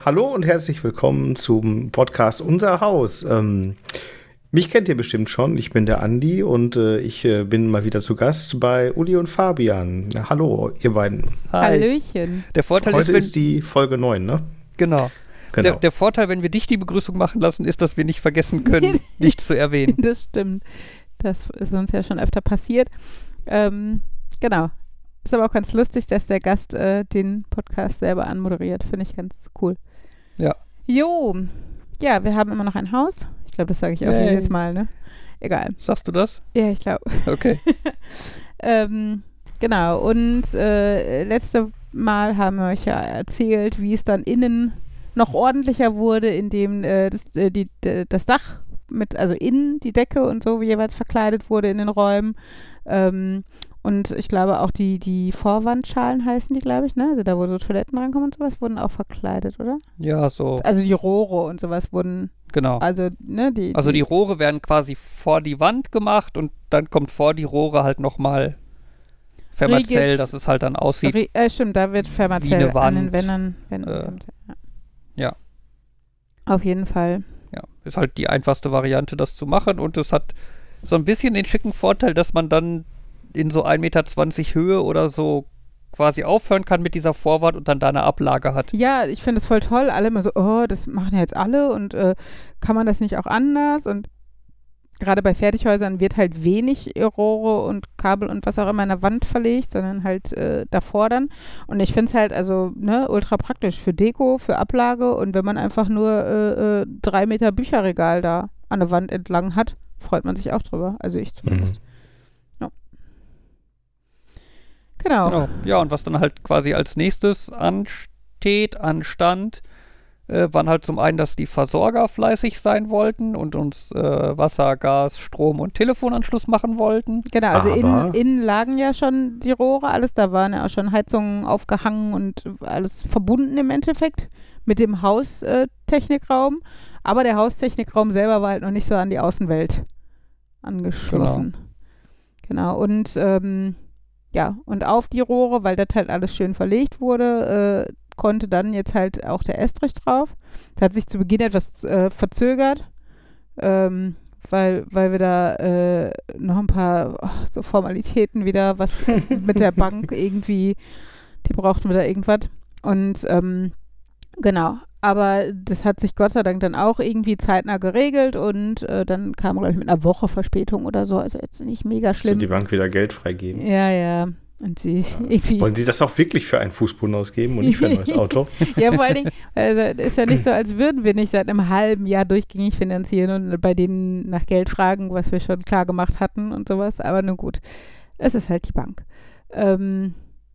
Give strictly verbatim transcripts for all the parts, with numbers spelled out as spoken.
Hallo und herzlich willkommen zum Podcast Unser Haus. Ähm, mich kennt ihr bestimmt schon, ich bin der Andi und äh, ich äh, bin mal wieder zu Gast bei Uli und Fabian. Na, hallo, ihr beiden. Hi. Hallöchen. Der Vorteil Heute ist, wenn, ist die Folge neun, ne? Genau. Genau. Der, der Vorteil, wenn wir dich die Begrüßung machen lassen, ist, dass wir nicht vergessen können, dich zu erwähnen. Das stimmt. Das ist uns ja schon öfter passiert. Ähm, genau. Ist aber auch ganz lustig, dass der Gast äh, den Podcast selber anmoderiert. Finde ich ganz cool. Ja. Jo. Ja, wir haben immer noch ein Haus. Ich glaube, das sage ich auch Yay. jedes Mal, ne? Egal. Sagst du das? Ja, ich glaube. Okay. ähm, genau. Und äh, letzte Mal haben wir euch ja erzählt, wie es dann innen noch ordentlicher wurde, indem äh, das, äh, die, d- das Dach mit, also innen die Decke und so jeweils verkleidet wurde in den Räumen. Ähm, und ich glaube auch die, die Vorwandschalen heißen die, glaube ich, ne? Also da, wo so Toiletten rankommen und sowas, wurden auch verkleidet, oder? Ja, so. Also die Rohre und sowas wurden, Genau. also, ne? Die, Also die Rohre werden quasi vor die Wand gemacht und dann kommt vor die Rohre halt nochmal Fermazell, Riegel- dass es halt dann aussieht. Rie- äh, stimmt, da wird Wie Fermazell eine an den Wand, Wänden. Wänden äh, ja. ja. Auf jeden Fall. Ja, ist halt die einfachste Variante, das zu machen und es hat so ein bisschen den schicken Vorteil, dass man dann in so ein Meter zwanzig Höhe oder so quasi aufhören kann mit dieser Vorwand und dann da eine Ablage hat. Ja, ich finde es voll toll. Alle immer so, oh, das machen ja jetzt alle und äh, kann man das nicht auch anders? Und gerade bei Fertighäusern wird halt wenig Rohre und Kabel und was auch immer in der Wand verlegt, sondern halt äh, davor dann. Und ich finde es halt also ne, ultra praktisch für Deko, für Ablage und wenn man einfach nur äh, äh, drei Meter Bücherregal da an der Wand entlang hat, freut man sich auch drüber. Also ich zumindest. Mhm. Genau. Genau. Ja, und was dann halt quasi als nächstes ansteht, anstand, äh, waren halt zum einen, dass die Versorger fleißig sein wollten und uns äh, Wasser, Gas, Strom und Telefonanschluss machen wollten. Genau, also innen, Aber- innen lagen ja schon die Rohre, alles, da waren ja auch schon Heizungen aufgehangen und alles verbunden im Endeffekt mit dem Haustechnikraum. Aber der Haustechnikraum selber war halt noch nicht so an die Außenwelt angeschlossen. Genau, und ähm, ja, und auf die Rohre, weil das halt alles schön verlegt wurde, äh, konnte dann jetzt halt auch der Estrich drauf. Das hat sich zu Beginn etwas äh, verzögert, ähm, weil, weil wir da äh, noch ein paar oh, so Formalitäten wieder, was mit der Bank irgendwie, die brauchten wieder irgendwas. Und ähm, genau, aber das hat sich Gott sei Dank dann auch irgendwie zeitnah geregelt und äh, dann kam, glaube ich, mit einer Woche Verspätung oder so, also jetzt nicht mega So schlimm. die Bank wieder Geld freigeben. Ja, ja. Und sie irgendwie. Wollen Sie das auch wirklich für einen Fußboden ausgeben und nicht für ein neues Auto? Ja, vor allen Dingen, also, ist ja nicht so, als würden wir nicht seit einem halben Jahr durchgängig finanzieren und bei denen nach Geld fragen, was wir schon klar gemacht hatten und sowas. Aber nun gut, es ist halt die Bank. Ähm,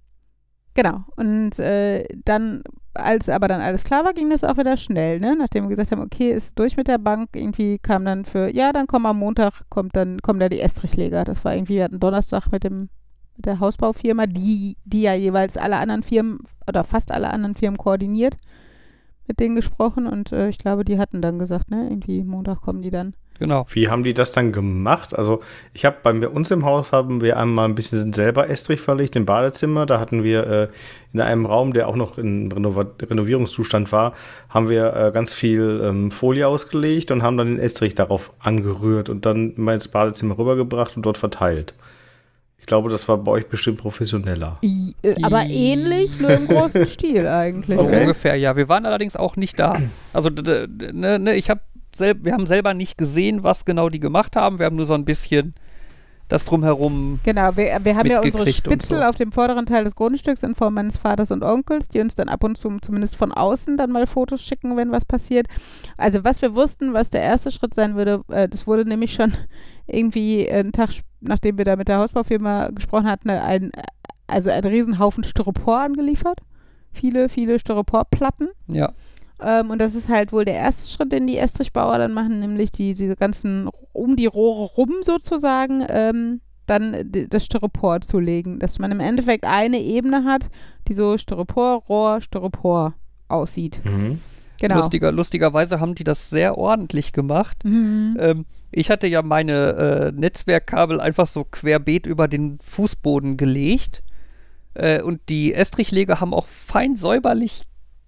genau. Und äh, dann, als aber dann alles klar war, ging das auch wieder schnell, ne? Nachdem wir gesagt haben, okay, ist durch mit der Bank, irgendwie kam dann für, ja, dann kommen am Montag, kommt dann, kommen da die Estrichleger. Das war irgendwie, wir hatten Donnerstag mit dem mit der Hausbaufirma, die, die ja jeweils alle anderen Firmen oder fast alle anderen Firmen koordiniert, mit denen gesprochen und äh, ich glaube, die hatten dann gesagt, ne, irgendwie Montag kommen die dann. Genau. Wie haben die das dann gemacht? Also ich habe bei mir- uns im Haus haben wir einmal ein bisschen selber Estrich verlegt im Badezimmer. Da hatten wir äh, in einem Raum, der auch noch in Renova- Renovierungszustand war, haben wir äh, ganz viel ähm, Folie ausgelegt und haben dann den Estrich darauf angerührt und dann mal ins Badezimmer rübergebracht und dort verteilt. Ich glaube, das war bei euch bestimmt professioneller. I, äh, aber I- ähnlich, nur im großen Stil eigentlich. So Okay. ungefähr, ja. Wir waren allerdings auch nicht da. Also, d- d- ne, ne, ich hab sel- wir haben selber nicht gesehen, was genau die gemacht haben. Wir haben nur so ein bisschen das drumherum. Genau, wir, wir haben ja unsere mitgekriegt und Spitzel so. auf dem vorderen Teil des Grundstücks in Form meines Vaters und Onkels, die uns dann ab und zu zumindest von außen dann mal Fotos schicken, wenn was passiert. Also was wir wussten, was der erste Schritt sein würde, äh, das wurde nämlich schon irgendwie einen Tag, sp- nachdem wir da mit der Hausbaufirma gesprochen hatten, ein, also ein Riesenhaufen Styropor angeliefert. Viele, viele Styroporplatten. Ja. Ähm, und das ist halt wohl der erste Schritt, den die Estrichbauer dann machen, nämlich die, diese ganzen, um die Rohre rum sozusagen, ähm, dann d- das Styropor zu legen. Dass man im Endeffekt eine Ebene hat, die so Styropor, Rohr, Styropor aussieht. Mhm. Genau. Lustiger, lustigerweise haben die das sehr ordentlich gemacht. Mhm. Ähm, ich hatte ja meine äh, Netzwerkkabel einfach so querbeet über den Fußboden gelegt. Äh, und die Estrichleger haben auch fein säuberlich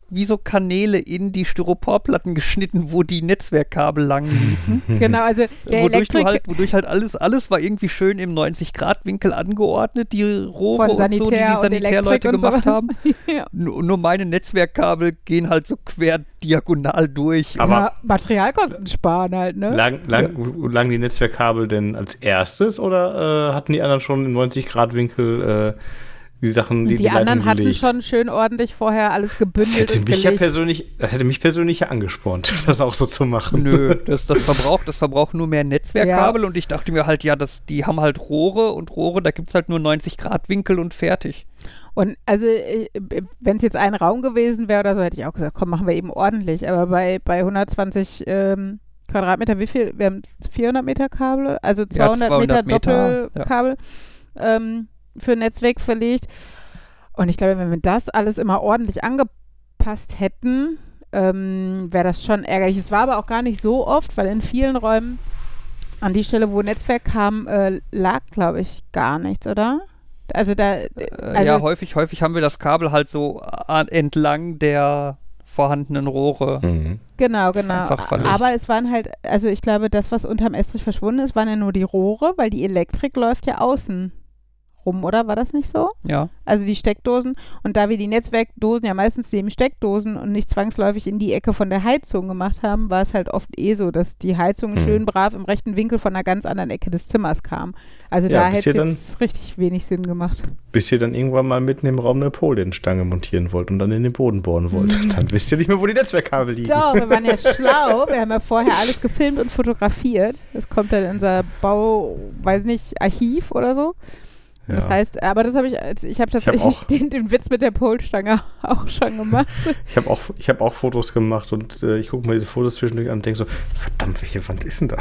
wie so Kanäle in die Styroporplatten geschnitten, wo die Netzwerkkabel lang liefen. Genau, also der wodurch, du Elektrik halt, wodurch halt alles, alles war irgendwie schön im neunzig Grad Winkel angeordnet, die Rohre von und so, die die Sanitär und Sanitärleute Elektrik und gemacht sowas. haben. Ja. Nur, nur meine Netzwerkkabel gehen halt so quer diagonal durch. Aber- Ja, Materialkosten sparen halt, ne? Lang, lang, Lagen die Netzwerkkabel denn als erstes oder äh, hatten die anderen schon im neunzig Grad Winkel äh, die Sachen, die Die, die anderen Leitung hatten gelegt? schon schön ordentlich vorher alles Das gebündelt hätte und mich ja gelegt. persönlich, das hätte mich persönlich ja angespornt, das auch so zu machen. Nö, das, das, verbraucht, das verbraucht nur mehr Netzwerkkabel und ich dachte mir halt, ja, das, die haben halt Rohre und Rohre, da gibt es halt nur neunzig Grad Winkel und fertig. Und also, wenn es jetzt ein Raum gewesen wäre oder so, hätte ich auch gesagt, komm, machen wir eben ordentlich. Aber bei, bei hundertzwanzig ähm, Quadratmeter, wie viel? Wir haben vierhundert Meter Kabel, also zweihundert, zweihundert Meter Meter, Doppelkabel ähm, für ein Netzwerk verlegt. Und ich glaube, wenn wir das alles immer ordentlich angepasst hätten, ähm, wäre das schon ärgerlich. Es war aber auch gar nicht so oft, weil in vielen Räumen an die Stelle, wo Netzwerk kam, äh, lag, glaube ich, gar nichts, oder? Also da, Äh, also, ja, häufig, häufig haben wir das Kabel halt so an, entlang der vorhandenen Rohre. Mhm. genau, genau. einfach verlegt. Aber es waren halt, also ich glaube, das, was unterm Estrich verschwunden ist, waren ja nur die Rohre, weil die Elektrik läuft ja außen rum, oder? War das nicht so? Ja. Also die Steckdosen. Und da wir die Netzwerkdosen ja meistens neben Steckdosen und nicht zwangsläufig in die Ecke von der Heizung gemacht haben, war es halt oft eh so, dass die Heizung Hm. schön brav im rechten Winkel von einer ganz anderen Ecke des Zimmers kam. Also Ja, da bis hätte es ihr dann- jetzt richtig wenig Sinn gemacht. Bis ihr dann irgendwann mal mitten im Raum eine Polienstange montieren wollt und dann in den Boden bohren wollt. Mhm. Dann wisst ihr nicht mehr, wo die Netzwerkkabel liegen. So, wir waren ja schlau. Wir haben ja vorher alles gefilmt und fotografiert. Das kommt dann in unser Bau, weiß nicht, Archiv oder so. Ja. Das heißt, aber das habe ich, ich habe tatsächlich auch- den, den Witz mit der Polstange auch schon gemacht. Ich habe auch, ich hab auch Fotos gemacht und äh, ich gucke mir diese Fotos zwischendurch an und denke so, verdammt, welche Wand ist denn das?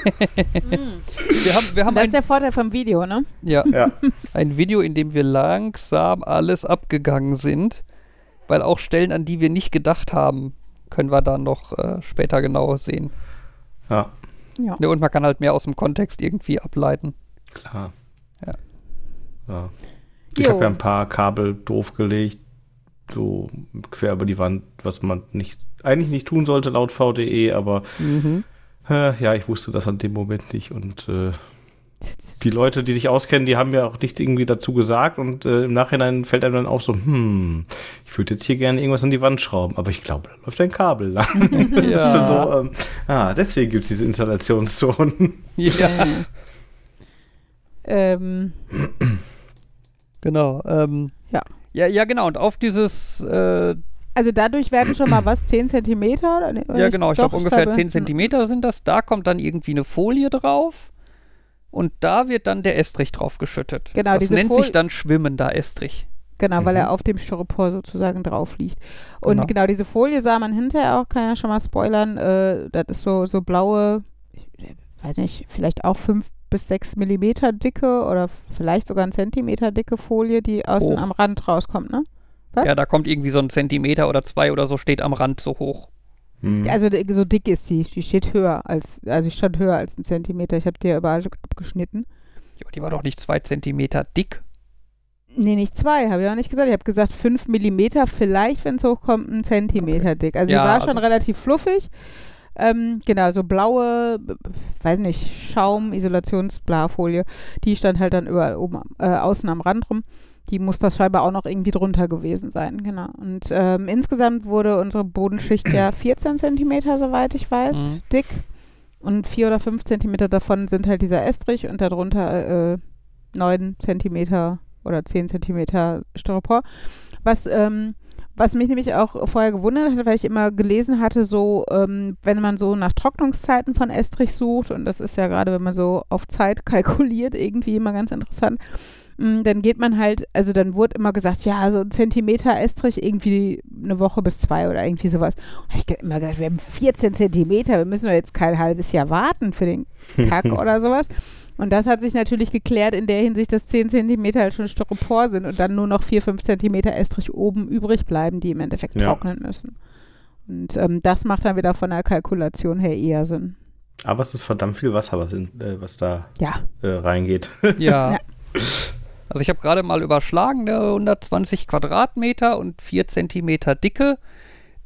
Wir haben, wir haben Das ein, ist der Vorteil vom Video, ne? ja, Ja. ein Video, in dem wir langsam alles abgegangen sind, weil auch Stellen, an die wir nicht gedacht haben, können wir dann noch äh, später genauer sehen. Ja, Ja. Ne, und man kann halt mehr aus dem Kontext irgendwie ableiten. klar. Ja. Ja. Ich Jo. habe ja ein paar Kabel doof gelegt, so quer über die Wand, was man nicht, eigentlich nicht tun sollte laut V D E, aber Mhm. äh, ja, ich wusste das an dem Moment nicht und äh, die Leute, die sich auskennen, die haben ja auch nichts irgendwie dazu gesagt und äh, im Nachhinein fällt einem dann auch so, hm, ich würde jetzt hier gerne irgendwas an die Wand schrauben, aber ich glaube, da läuft ein Kabel lang. Das ist dann so, ähm, ah, deswegen gibt es diese Installationszonen. Ja, Ähm, genau. Ähm, Ja. ja. Ja, genau. Und auf dieses, äh, also dadurch werden schon mal was, zehn Zentimeter? Oder, oder ja genau, ich Doch, glaube ungefähr glaube, zehn Zentimeter sind das. Da kommt dann irgendwie eine Folie drauf und da wird dann der Estrich drauf geschüttet. Genau, das diese nennt Fol- sich dann schwimmender Estrich. Genau, weil Mhm. er auf dem Styropor sozusagen drauf liegt. Und Genau. genau, diese Folie sah man hinterher auch, kann ja schon mal spoilern, äh, das ist so, so blaue, ich weiß nicht, vielleicht auch fünf bis sechs Millimeter dicke oder vielleicht sogar ein Zentimeter dicke Folie, die außen Hoch. am Rand rauskommt, ne? Was? Ja, da kommt irgendwie so ein Zentimeter oder zwei oder so, steht am Rand so hoch. Hm. Also d- so dick ist sie, die steht höher als, also die stand höher als ein Zentimeter. Ich habe die ja überall abgeschnitten. Ja, die war doch nicht zwei Zentimeter dick. Nee, nicht zwei, habe ich auch nicht gesagt. Ich habe gesagt fünf Millimeter, vielleicht, wenn es hochkommt, ein Zentimeter dick. Also Ja, die war schon also- relativ fluffig. Ähm, genau, so blaue, b- b- weiß nicht, Schaum, Isolationsblafolie, die stand halt dann überall oben, äh, außen am Rand rum. Die muss das scheinbar auch noch irgendwie drunter gewesen sein, genau. Und ähm, insgesamt wurde unsere Bodenschicht ja vierzehn Zentimeter, soweit ich weiß, Mhm. dick. Und vier oder fünf Zentimeter davon sind halt dieser Estrich und darunter äh, neun Zentimeter oder zehn Zentimeter Styropor. Was, ähm, was mich nämlich auch vorher gewundert hat, weil ich immer gelesen hatte, so, ähm, wenn man so nach Trocknungszeiten von Estrich sucht, und das ist ja gerade, wenn man so auf Zeit kalkuliert, irgendwie immer ganz interessant, mh, dann geht man halt, also dann wurde immer gesagt, ja, so ein Zentimeter Estrich irgendwie eine Woche bis zwei oder irgendwie sowas. Und hab ich ge- immer gedacht, wir haben vierzehn Zentimeter, wir müssen doch jetzt kein halbes Jahr warten für den Kack oder sowas. Und das hat sich natürlich geklärt in der Hinsicht, dass zehn Zentimeter halt schon Styropor sind und dann nur noch vier, fünf Zentimeter Estrich oben übrig bleiben, die im Endeffekt Ja. trocknen müssen. Und ähm, das macht dann wieder von der Kalkulation her eher Sinn. Aber es ist verdammt viel Wasser, was, in, äh, was da Ja. äh, reingeht. Ja. Ja. Also ich habe gerade mal überschlagen, ne, hundertzwanzig Quadratmeter und vier Zentimeter Dicke.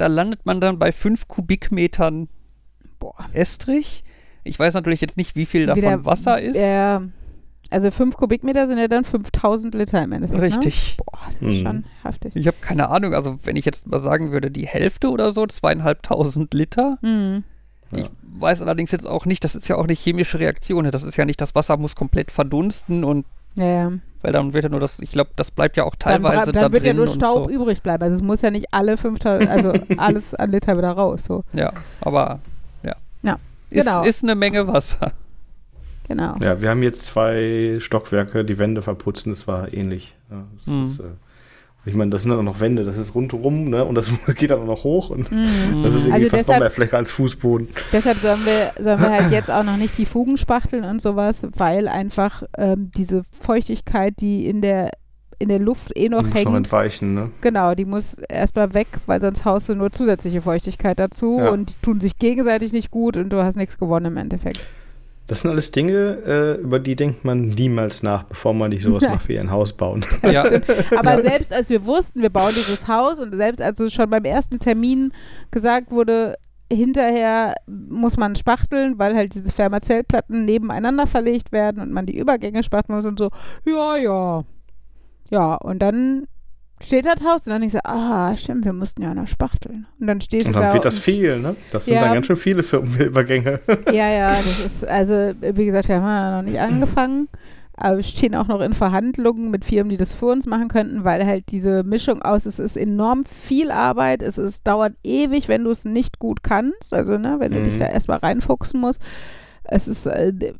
da landet man dann bei fünf Kubikmetern Boah. Estrich. Ich weiß natürlich jetzt nicht, wie viel davon Wieder, Wasser ist. Ja, also fünf Kubikmeter sind ja dann fünftausend Liter im Endeffekt. Richtig. Ne? Boah, das ist Mhm. schon heftig. Ich habe keine Ahnung, also wenn ich jetzt mal sagen würde, die Hälfte oder so, zweieinhalbtausend Liter. Mhm. Ich weiß allerdings jetzt auch nicht, das ist ja auch eine chemische Reaktion. Das ist ja nicht, das Wasser muss komplett verdunsten und Ja, ja. weil dann wird ja nur das, ich glaube, das bleibt ja auch Dann, bra- teilweise dann da wird ja drin nur und Staub so. übrig bleiben. Also es muss ja nicht alle fünftausend, also alles an Liter wieder raus. So. Ja, aber ja. Ja, Ist, genau. ist eine Menge Wasser. Genau. Ja, wir haben jetzt zwei Stockwerke, die Wände verputzen, das war ähnlich. Ja, das Mhm. ist, äh, ich meine, das sind dann noch Wände, das ist rundherum, ne? Und das geht dann auch noch hoch und Mhm. das ist irgendwie Also fast noch deshalb- mehr Fläche als Fußboden. Deshalb sollen wir, sollen wir halt jetzt auch noch nicht die Fugen spachteln und sowas, weil einfach ähm, diese Feuchtigkeit, die in der in der Luft eh noch Muss hängt, noch entweichen, ne? genau, die muss erstmal weg, weil sonst haust du nur zusätzliche Feuchtigkeit dazu Ja. und die tun sich gegenseitig nicht gut und du hast nichts gewonnen im Endeffekt. Das sind alles Dinge, äh, über die denkt man niemals nach, bevor man nicht sowas Nein. macht wie ein Haus bauen. Das Ja. stimmt. Aber selbst als wir wussten, wir bauen dieses Haus und selbst als uns schon beim ersten Termin gesagt wurde, hinterher muss man spachteln, weil halt diese Fermazeltplatten nebeneinander verlegt werden und man die Übergänge spachteln muss und so, ja, ja. Ja, und dann steht das Haus und dann ich so, ah, stimmt, wir mussten ja noch spachteln. Und dann stehst Und du da. dann wird das und- viel, ne? Das sind Ja. dann ganz schön viele für Übergänge. Ja, ja, das ist, also wie gesagt, wir haben ja noch nicht angefangen, aber wir stehen auch noch in Verhandlungen mit Firmen, die das für uns machen könnten, weil halt diese Mischung aus, es ist enorm viel Arbeit, es ist, dauert ewig, wenn du es nicht gut kannst, also ne, wenn du Mhm. dich da erstmal reinfuchsen musst. Es ist, äh, d-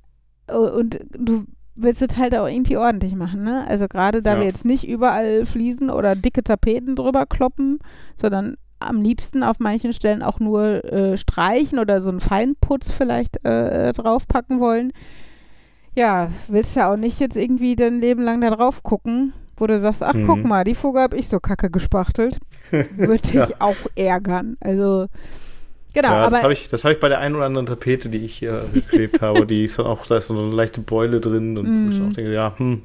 und du willst es halt auch irgendwie ordentlich machen, ne? Also gerade da Ja. wir jetzt nicht überall Fliesen oder dicke Tapeten drüber kloppen, sondern am liebsten auf manchen Stellen auch nur äh, streichen oder so einen Feinputz vielleicht äh, draufpacken wollen. Ja, willst ja auch nicht jetzt irgendwie dein Leben lang da drauf gucken, wo du sagst, ach Mhm. guck mal, die Fuge habe ich so kacke gespachtelt. Würde dich Ja. auch ärgern. Also, genau, ja, das aber habe ich, das hab ich bei der einen oder anderen Tapete, die ich hier geklebt habe. Die ist dann auch, da ist so eine leichte Beule drin und Mhm. wo ich auch denke, ja, hm,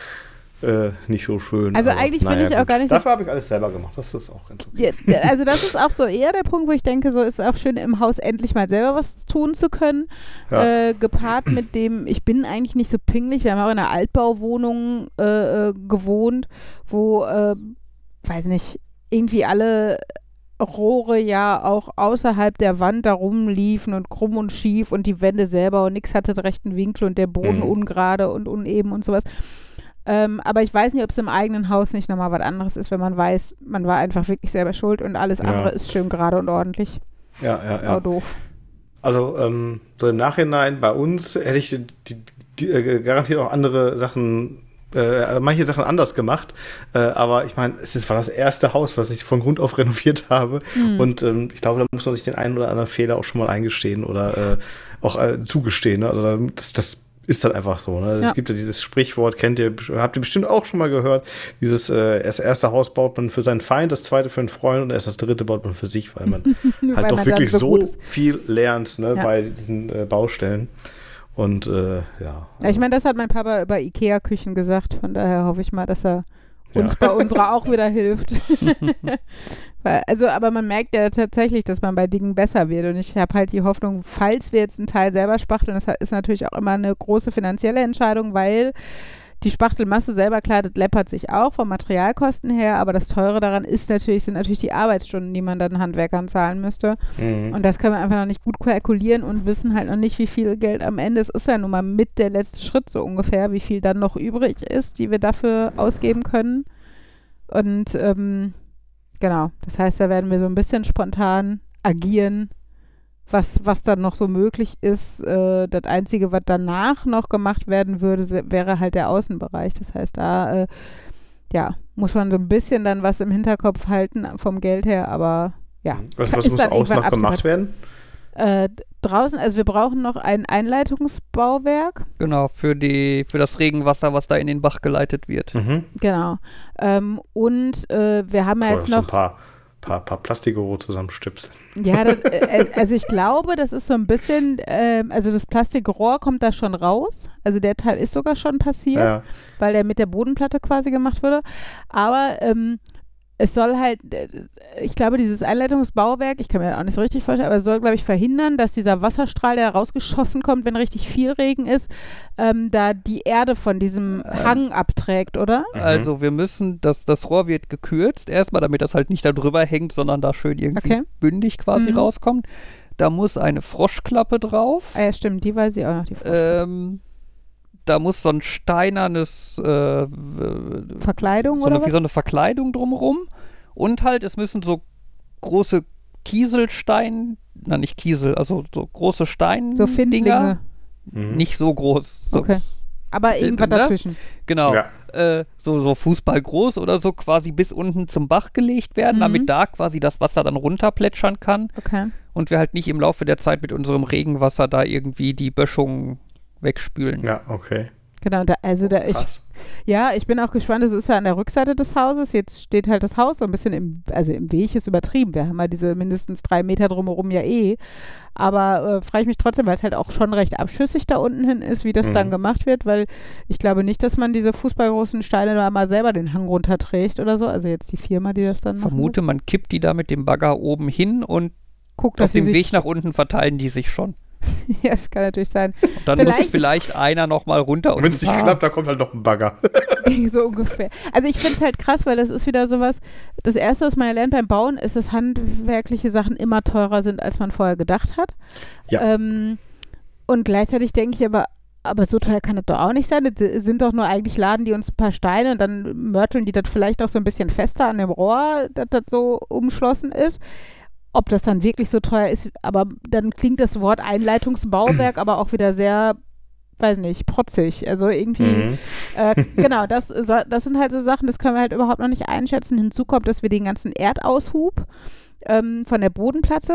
äh, nicht so schön. Also aber eigentlich bin naja, ich auch gut. gar nicht so- Dafür habe ich alles selber gemacht. Das ist auch ganz okay. Ja, also das ist auch so eher der Punkt, wo ich denke, so ist auch schön im Haus endlich mal selber was tun zu können. Ja. Äh, gepaart mit dem, ich bin eigentlich nicht so pingelig. Wir haben auch in einer Altbauwohnung äh, äh, gewohnt, wo, äh, weiß nicht, irgendwie alle Rohre ja auch außerhalb der Wand da rumliefen und krumm und schief und die Wände selber und nichts hatte den rechten Winkel und der Boden Mhm. ungerade und uneben und sowas. Ähm, aber ich weiß nicht, ob es im eigenen Haus nicht nochmal was anderes ist, wenn man weiß, man war einfach wirklich selber schuld und alles Ja. andere ist schön gerade und ordentlich. Ja, ja, Auch ja. doof. Also ähm, so im Nachhinein bei uns hätte ich die, die, die, äh, garantiert auch andere Sachen, äh, manche Sachen anders gemacht. Äh, aber ich meine, es ist, war das erste Haus, was ich von Grund auf renoviert habe. Hm. Und ähm, ich glaube, da muss man sich den einen oder anderen Fehler auch schon mal eingestehen oder äh, auch äh, zugestehen. Ne? Also da- das, das ist dann einfach so. Ne? Es Ja. gibt ja dieses Sprichwort, kennt ihr, habt ihr bestimmt auch schon mal gehört. Dieses, äh, das erste Haus baut man für seinen Feind, das zweite für einen Freund und erst das dritte baut man für sich, weil man Weil halt doch man wirklich dann so gut ist. viel lernt, ne, Ja. bei diesen äh, Baustellen. Und äh, ja. Ja, ich meine, das hat mein Papa über Ikea-Küchen gesagt. Von daher hoffe ich mal, dass er uns Ja. bei unserer auch wieder hilft. Weil, also, aber man merkt ja tatsächlich, dass man bei Dingen besser wird. Und ich habe halt die Hoffnung, falls wir jetzt einen Teil selber spachteln, das ist natürlich auch immer eine große finanzielle Entscheidung, weil die Spachtelmasse selber, klar, das läppert sich auch vom Materialkosten her, aber das Teure daran ist natürlich, sind natürlich die Arbeitsstunden, die man dann Handwerkern zahlen müsste. Mhm. Und das können wir einfach noch nicht gut kalkulieren und wissen halt noch nicht, wie viel Geld am Ende, es ist ja nun mal mit der letzte Schritt so ungefähr, wie viel dann noch übrig ist, die wir dafür ausgeben können. Und ähm, genau, das heißt, da werden wir so ein bisschen spontan agieren, was, was dann noch so möglich ist. Äh, das Einzige, was danach noch gemacht werden würde, se- wäre halt der Außenbereich. Das heißt, da äh, ja, muss man so ein bisschen dann was im Hinterkopf halten vom Geld her, aber ja. Was, was ist muss dann außen noch irgendwann gemacht werden? Äh, d- draußen, also wir brauchen noch ein Einleitungsbauwerk. Genau, für die, für das Regenwasser, was da in den Bach geleitet wird. Mhm. Genau. Ähm, und äh, wir haben ja Boah, jetzt so ein noch, paar, paar, paar Plastikrohre zusammenstöpseln. ja, das, äh, also ich glaube, das ist so ein bisschen, ähm, also das Plastikrohr kommt da schon raus. Also der Teil ist sogar schon passiert, Ja. weil der mit der Bodenplatte quasi gemacht wurde. Aber ähm, es soll halt, äh, ich glaube, dieses Einleitungsbauwerk, ich kann mir auch nicht so richtig vorstellen, aber es soll, glaube ich, verhindern, dass dieser Wasserstrahl, der rausgeschossen kommt, wenn richtig viel Regen ist, ähm, da die Erde von diesem Ähm, Hang abträgt, oder? Also wir müssen, das, das Rohr wird gekürzt, erstmal, damit das halt nicht da drüber hängt, sondern da schön irgendwie Okay. bündig quasi Mhm. rauskommt. Da muss eine Froschklappe drauf. Ah ja, stimmt, die weiß ich auch noch, die Frau. Ähm, da muss so ein steinernes, äh, w- Verkleidung so oder eine, wie was? so eine Verkleidung drumrum. Und halt, es müssen so große Kieselstein, na nicht Kiesel, also so große Stein So Findlinge. Mhm. nicht so groß. So, Okay. Aber irgendwas ne? dazwischen. Genau. Ja. Äh, so, so Fußball groß oder so quasi bis unten zum Bach gelegt werden, Mhm. damit da quasi das Wasser dann runterplätschern kann Okay. und wir halt nicht im Laufe der Zeit mit unserem Regenwasser da irgendwie die Böschung wegspülen. Ja, okay. Genau, da, also da ich, Krass. ja, ich bin auch gespannt, es ist ja an der Rückseite des Hauses, jetzt steht halt das Haus so ein bisschen im, also im Weg ist übertrieben, wir haben ja diese mindestens drei Meter drumherum ja eh, aber äh, frage ich mich trotzdem, weil es halt auch schon recht abschüssig da unten hin ist, wie das Mhm. dann gemacht wird, weil ich glaube nicht, dass man diese fußballgroßen Steine da mal selber den Hang runterträgt oder so, also jetzt die Firma, die das dann macht. Vermute, man kippt die da mit dem Bagger oben hin und Guckt, auf dass sie dem sich, Weg nach unten verteilen die sich schon. ja, das kann natürlich sein. Und dann muss Vielleicht- es vielleicht einer nochmal runter Und wenn es nicht Ah. klappt, da kommt halt noch ein Bagger. So ungefähr. Also ich finde es halt krass, weil das ist wieder sowas, das Erste, was man ja lernt beim Bauen, ist, dass handwerkliche Sachen immer teurer sind, als man vorher gedacht hat. Ja. Ähm, und gleichzeitig denke ich aber, aber so teuer kann das doch auch nicht sein. Das sind doch nur eigentlich Laden, die uns ein paar Steine und dann mörteln die das vielleicht auch so ein bisschen fester an dem Rohr, dass das so umschlossen ist. Ob das dann wirklich so teuer ist, aber dann klingt das Wort Einleitungsbauwerk aber auch wieder sehr, weiß nicht, protzig. Also irgendwie, Mhm. äh, genau, das, so- das sind halt so Sachen, das können wir halt überhaupt noch nicht einschätzen. Hinzu kommt, dass wir den ganzen Erdaushub ähm, von der Bodenplatte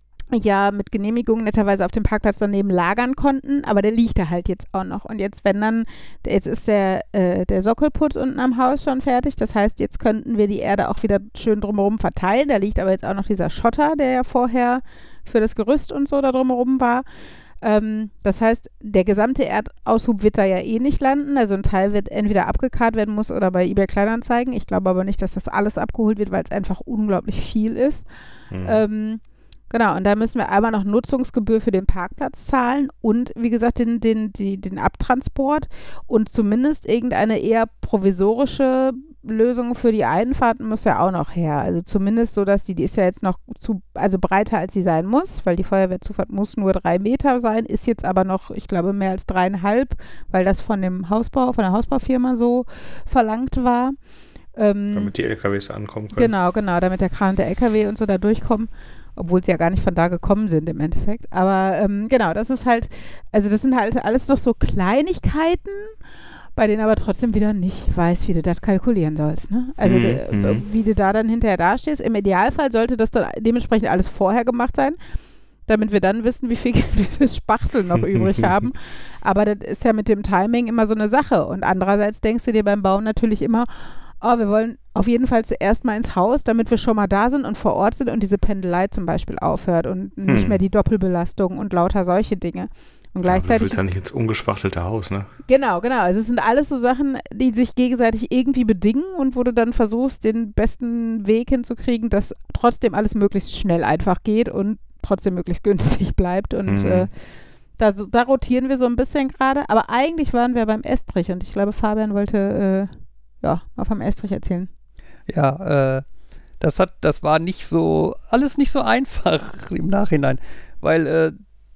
ja mit Genehmigung netterweise auf dem Parkplatz daneben lagern konnten, aber der liegt da halt jetzt auch noch. Und jetzt, wenn dann, jetzt ist der, äh, der Sockelputz unten am Haus schon fertig, das heißt, jetzt könnten wir die Erde auch wieder schön drumherum verteilen. Da liegt aber jetzt auch noch dieser Schotter, der ja vorher für das Gerüst und so da drumherum war. Ähm, das heißt, der gesamte Erdaushub wird da ja eh nicht landen. Also ein Teil wird entweder abgekarrt werden muss oder bei eBay Kleinanzeigen. Ich glaube aber nicht, dass das alles abgeholt wird, weil es einfach unglaublich viel ist. Mhm. Ähm, genau, und da müssen wir einmal noch Nutzungsgebühr für den Parkplatz zahlen und wie gesagt den, den, die, den Abtransport und zumindest irgendeine eher provisorische Lösung für die Einfahrten muss ja auch noch her. Also zumindest so, dass die, die ist ja jetzt noch zu, also breiter als sie sein muss, weil die Feuerwehrzufahrt muss nur drei Meter sein, ist jetzt aber noch, ich glaube, mehr als dreieinhalb, weil das von dem Hausbau, von der Hausbaufirma so verlangt war. Ähm, Damit die L K Ws ankommen können. Genau, genau, damit der Kran und der L K W und so da durchkommen, obwohl sie ja gar nicht von da gekommen sind im Endeffekt. Aber ähm, genau, das ist halt, also das sind halt alles noch so Kleinigkeiten, bei denen aber trotzdem wieder nicht weiß, wie du das kalkulieren sollst. Ne? Also Mhm, de, mhm. wie du da dann hinterher dastehst. Im Idealfall sollte das dann dementsprechend alles vorher gemacht sein, damit wir dann wissen, wie viel Geld wir fürs Spachteln noch übrig haben. Aber das ist ja mit dem Timing immer so eine Sache. Und andererseits denkst du dir beim Bauen natürlich immer, oh, wir wollen auf jeden Fall zuerst mal ins Haus, damit wir schon mal da sind und vor Ort sind und diese Pendelei zum Beispiel aufhört und nicht Hm. mehr die Doppelbelastung und lauter solche Dinge. Und Ja, du gleichzeitig, willst ja nicht ins ungespachtelte Haus, ne? genau, genau. Also es sind alles so Sachen, die sich gegenseitig irgendwie bedingen und wo du dann versuchst, den besten Weg hinzukriegen, dass trotzdem alles möglichst schnell einfach geht und trotzdem möglichst günstig bleibt. Und Mhm. äh, da, so- da rotieren wir so ein bisschen gerade. Aber eigentlich waren wir beim Estrich und ich glaube, Fabian wollte äh, ja mal vom Estrich erzählen. Ja, äh, das hat, das war nicht so, alles nicht so einfach im Nachhinein, weil äh,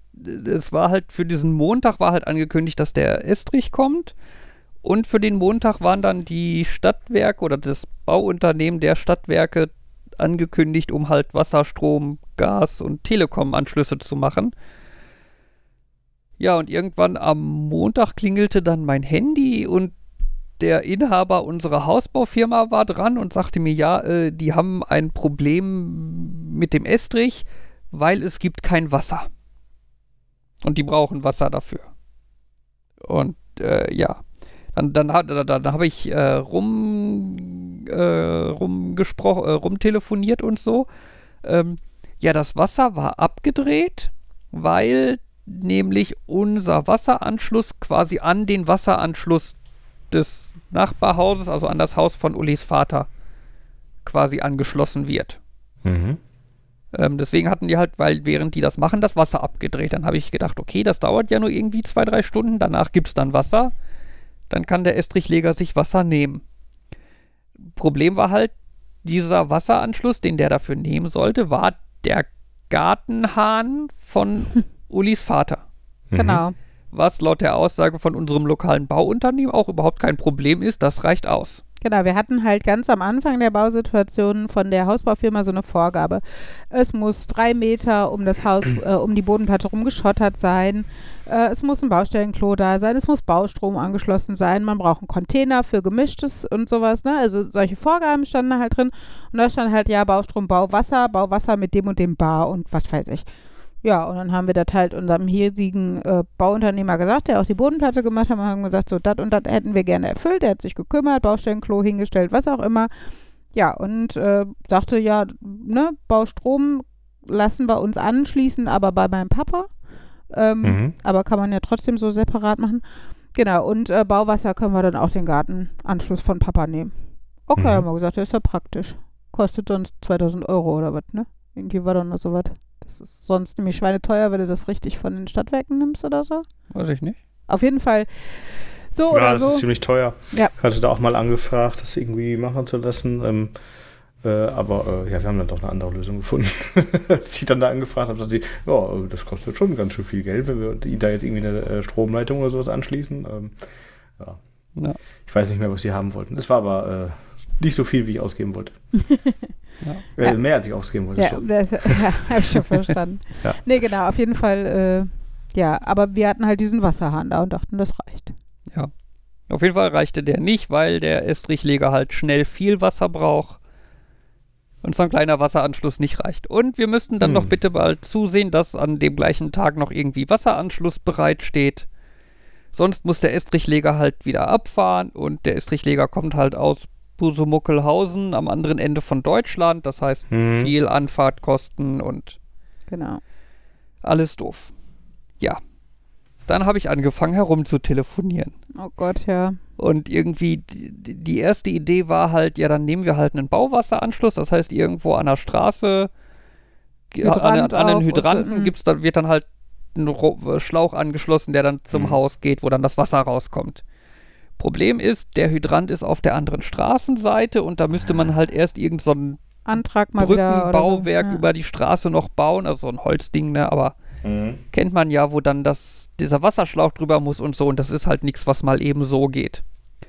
es war halt für diesen Montag war halt angekündigt, dass der Estrich kommt und für den Montag waren dann die Stadtwerke oder das Bauunternehmen der Stadtwerke angekündigt, um halt Wasser, Strom, Gas und Telekom-Anschlüsse zu machen. Ja, und irgendwann am Montag klingelte dann mein Handy und der Inhaber unserer Hausbaufirma war dran und sagte mir, ja, äh, die haben ein Problem mit dem Estrich, weil es gibt kein Wasser. Und die brauchen Wasser dafür. Und äh, ja, dann, dann, hat- dann, dann habe ich äh, rum, äh, rumgesprochen, äh, rumtelefoniert und so. Ähm, ja, das Wasser war abgedreht, weil nämlich unser Wasseranschluss quasi an den Wasseranschluss des Nachbarhauses, also an das Haus von Ulis Vater, quasi angeschlossen wird. Mhm. Ähm, deswegen hatten die halt, weil während die das machen, das Wasser abgedreht. Dann habe ich gedacht, okay, das dauert ja nur irgendwie zwei, drei Stunden, danach gibt es dann Wasser. Dann kann der Estrichleger sich Wasser nehmen. Problem war halt, dieser Wasseranschluss, den der dafür nehmen sollte, war der Gartenhahn von Ulis Vater. Genau. Was laut der Aussage von unserem lokalen Bauunternehmen auch überhaupt kein Problem ist, das reicht aus. Genau, wir hatten halt ganz am Anfang der Bausituation von der Hausbaufirma so eine Vorgabe. Es muss drei Meter um das Haus, äh, um die Bodenplatte rumgeschottert sein. Äh, es muss ein Baustellenklo da sein. Es muss Baustrom angeschlossen sein. Man braucht einen Container für Gemischtes und sowas. Ne? Also solche Vorgaben standen da halt drin. Und da stand halt, ja, Baustrom, Bauwasser, Bauwasser mit dem und dem Bar und was weiß ich. Ja, und dann haben wir das halt unserem hiesigen äh, Bauunternehmer gesagt, der auch die Bodenplatte gemacht hat, und haben gesagt, so, das und das hätten wir gerne erfüllt. Der hat sich gekümmert, Baustellenklo hingestellt, was auch immer. Ja, und äh, sagte, ja, ne, Baustrom lassen wir uns anschließen, aber bei meinem Papa. Ähm, Mhm. Aber kann man ja trotzdem so separat machen. Genau, und äh, Bauwasser können wir dann auch den Gartenanschluss von Papa nehmen. Okay, Mhm. haben wir gesagt, das ist ja praktisch. Kostet sonst zweitausend Euro oder was, ne? Irgendwie war doch noch so was. Das ist sonst nämlich schweineteuer, wenn du das richtig von den Stadtwerken nimmst oder so. Weiß ich nicht. Auf jeden Fall so Ja, oder das so. ist ziemlich teuer. Ja. Ich hatte da auch mal angefragt, das irgendwie machen zu lassen. Ähm, äh, aber äh, ja, wir haben dann doch eine andere Lösung gefunden. Als ich dann da angefragt habe, sagte sie, ja, das kostet schon ganz schön viel Geld, wenn wir die da jetzt irgendwie eine äh, Stromleitung oder sowas anschließen. Ähm, ja. Ja. Ich weiß nicht mehr, was sie haben wollten. Es war aber äh, nicht so viel, wie ich ausgeben wollte. Ja. Äh, Ja. Mehr als ich ausgeben wollte. Ja, so. das, ja habe ich schon verstanden. Ja. Nee, genau, auf jeden Fall, äh, ja, aber wir hatten halt diesen Wasserhahn da und dachten, das reicht. Ja. Auf jeden Fall reichte der nicht, weil der Estrichleger halt schnell viel Wasser braucht und so ein kleiner Wasseranschluss nicht reicht. Und wir müssten dann Hm. noch bitte bald zusehen, dass an dem gleichen Tag noch irgendwie Wasseranschluss bereitsteht. Sonst muss der Estrichleger halt wieder abfahren und der Estrichleger kommt halt aus Busemuckelhausen am anderen Ende von Deutschland. Das heißt, Mhm. viel Anfahrtkosten und Genau. alles doof. Ja. Dann habe ich angefangen herumzutelefonieren. Oh Gott, ja. Und irgendwie die, die erste Idee war halt, ja, dann nehmen wir halt einen Bauwasseranschluss. Das heißt, irgendwo an der Straße, ge- an, Hydrant an den auf und so, Hydranten mm. gibt's dann, wird dann halt ein Ro- Schlauch angeschlossen, der dann zum Mhm. Haus geht, wo dann das Wasser rauskommt. Problem ist, der Hydrant ist auf der anderen Straßenseite und da müsste man halt erst irgend so ein Antrag mal wieder. oder Brückenbauwerk so. Ja. über die Straße noch bauen, also so ein Holzding, ne, aber Mhm. kennt man ja, wo dann das, dieser Wasserschlauch drüber muss und so, und das ist halt nichts, was mal eben so geht.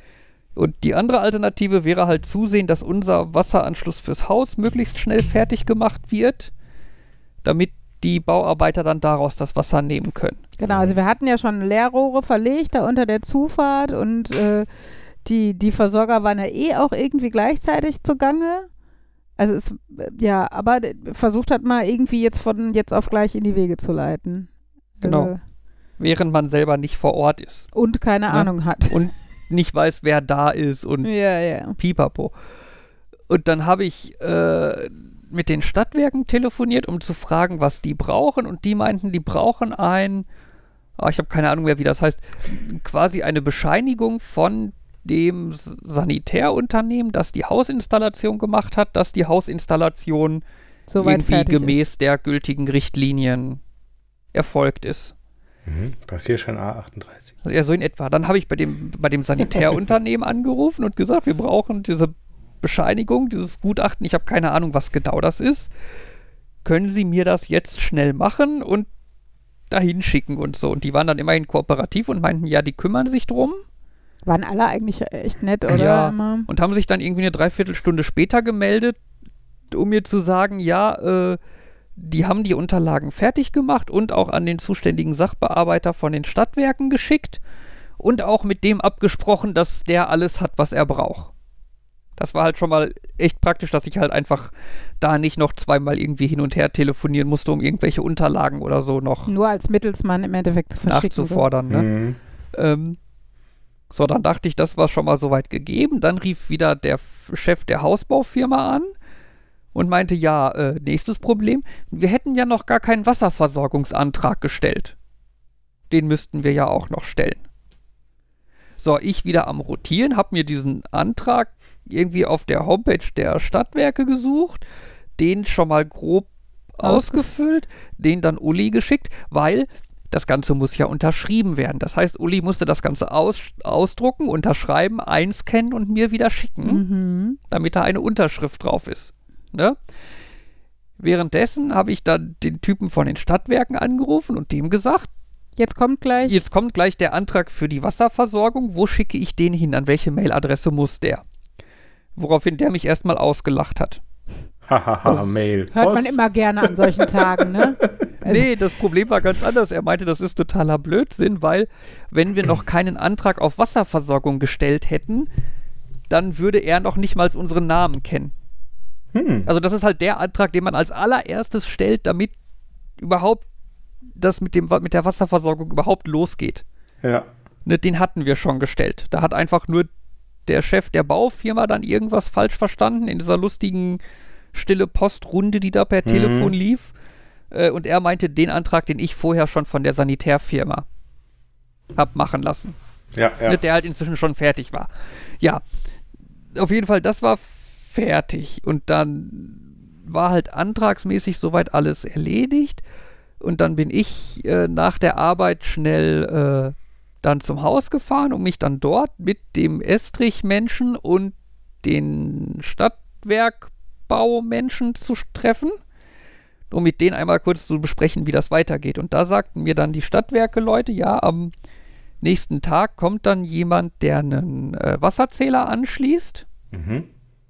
Und die andere Alternative wäre halt zusehen, dass unser Wasseranschluss fürs Haus möglichst schnell fertig gemacht wird, damit die Bauarbeiter dann daraus das Wasser nehmen können. Genau, also wir hatten ja schon Leerrohre verlegt da unter der Zufahrt und äh, die, die Versorger waren ja eh auch irgendwie gleichzeitig zugange. Also es, äh, ja, aber d- versucht hat mal irgendwie jetzt von jetzt auf gleich in die Wege zu leiten. Genau. Also, Während man selber nicht vor Ort ist und keine Ja. Ahnung hat. und nicht weiß, wer da ist und Ja, ja. pipapo. Und dann habe ich äh, mit den Stadtwerken telefoniert, um zu fragen, was die brauchen. Und die meinten, die brauchen ein, ah, ich habe keine Ahnung mehr, wie das heißt, quasi eine Bescheinigung von dem S- Sanitärunternehmen, das die Hausinstallation gemacht hat, dass die Hausinstallation Soweit irgendwie fertig gemäß der gültigen Richtlinien erfolgt ist. Mhm. Passierschein A achtunddreißig. Also ja, so in etwa. Dann habe ich bei dem, bei dem Sanitärunternehmen angerufen und gesagt, wir brauchen diese Bescheinigung, dieses Gutachten. Ich habe keine Ahnung, was genau das ist. Können Sie mir das jetzt schnell machen und dahin schicken und so. Und die waren dann immerhin kooperativ und meinten, ja, die kümmern sich drum. ist. Waren alle eigentlich echt nett, oder? Ja. Immer? Und haben sich dann irgendwie eine Dreiviertelstunde später gemeldet, um mir zu sagen, ja, äh, die haben die Unterlagen fertig gemacht und auch an den zuständigen Sachbearbeiter von den Stadtwerken geschickt und auch mit dem abgesprochen, dass der alles hat, was er braucht. Das war halt schon mal echt praktisch, dass ich halt einfach da nicht noch zweimal irgendwie hin und her telefonieren musste, um irgendwelche Unterlagen oder so noch Nur als Mittelsmann im Endeffekt zu verschicken. So. nachzufordern. Ne? Mhm. Ähm, so, dann dachte ich, das war schon mal soweit gegeben. Dann rief wieder der F- Chef der Hausbaufirma an und meinte, ja, äh, nächstes Problem, wir hätten ja noch gar keinen Wasserversorgungsantrag gestellt. Den müssten wir ja auch noch stellen. So, ich wieder am Rotieren, habe mir diesen Antrag irgendwie auf der Homepage der Stadtwerke gesucht, den schon mal grob ausgefüllt, den dann Uli geschickt, weil das Ganze muss ja unterschrieben werden. Das heißt, Uli musste das Ganze aus, ausdrucken, unterschreiben, einscannen und mir wieder schicken, Mhm. damit da eine Unterschrift drauf ist. Ne? Währenddessen habe ich dann den Typen von den Stadtwerken angerufen und dem gesagt, Jetzt kommt gleich. jetzt kommt gleich der Antrag für die Wasserversorgung, wo schicke ich den hin, an welche Mailadresse muss der? Woraufhin der mich erstmal ausgelacht hat. Hahaha, Mail. Hört man Post. immer gerne an solchen Tagen, ne? Also- Nee, das Problem war ganz anders. Er meinte, das ist totaler Blödsinn, weil wenn wir noch keinen Antrag auf Wasserversorgung gestellt hätten, dann würde er noch nicht mal unseren Namen kennen. Hm. Also das ist halt der Antrag, den man als allererstes stellt, damit überhaupt das mit, dem, mit der Wasserversorgung überhaupt losgeht. Ja. Ne, den hatten wir schon gestellt. Da hat einfach nur der Chef der Baufirma dann irgendwas falsch verstanden in dieser lustigen stille Postrunde, die da per Mhm. Telefon lief. Äh, und er meinte den Antrag, den ich vorher schon von der Sanitärfirma hab machen lassen. Ja, ja. Ne, der halt inzwischen schon fertig war. Ja, auf jeden Fall, das war fertig. Und dann war halt antragsmäßig soweit alles erledigt. Und dann bin ich äh, nach der Arbeit schnell äh, dann zum Haus gefahren, um mich dann dort mit dem Estrich-Menschen und den Stadtwerkbaumenschen zu treffen, um mit denen einmal kurz zu besprechen, wie das weitergeht. Und da sagten mir dann die Stadtwerke-Leute, ja, am nächsten Tag kommt dann jemand, der einen äh, Wasserzähler anschließt. Mhm.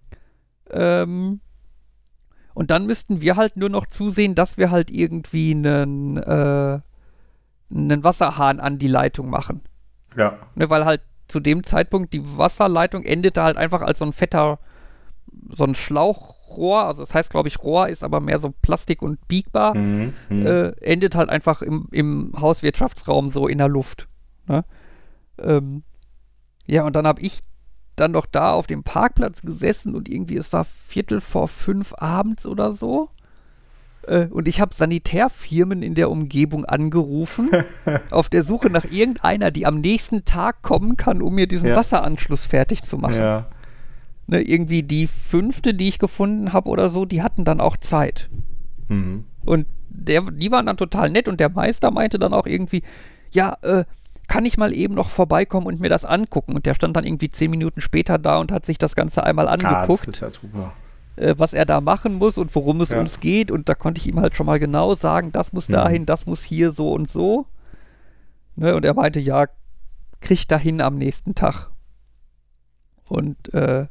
Ähm, und dann müssten wir halt nur noch zusehen, dass wir halt irgendwie einen, äh, einen Wasserhahn an die Leitung machen. Ja. Ne, weil halt zu dem Zeitpunkt die Wasserleitung endete halt einfach als so ein fetter, so ein Schlauchrohr, also das heißt glaube ich Rohr, ist aber mehr so Plastik und biegbar, Mhm. Mhm. äh, endet halt einfach im, im Hauswirtschaftsraum so in der Luft. Ne? Ähm, ja, und dann habe ich dann noch da auf dem Parkplatz gesessen und irgendwie, es war Viertel vor fünf abends oder so. Äh, und ich habe Sanitärfirmen in der Umgebung angerufen, auf der Suche nach irgendeiner, die am nächsten Tag kommen kann, um mir diesen Ja. Wasseranschluss fertig zu machen. Ja. Ne, irgendwie die fünfte, die ich gefunden habe oder so, die hatten dann auch Zeit. Mhm. Und der, die waren dann total nett und der Meister meinte dann auch irgendwie, ja, äh, kann ich mal eben noch vorbeikommen und mir das angucken? Und der stand dann irgendwie zehn Minuten später da und hat sich das Ganze einmal Ah, das angeguckt, ist ja super. äh, was er da machen muss und worum es Ja. uns geht. Und da konnte ich ihm halt schon mal genau sagen, das muss Mhm. dahin, das muss hier, so und so. Ne, und er meinte, ja, krieg dahin am nächsten Tag. Und äh,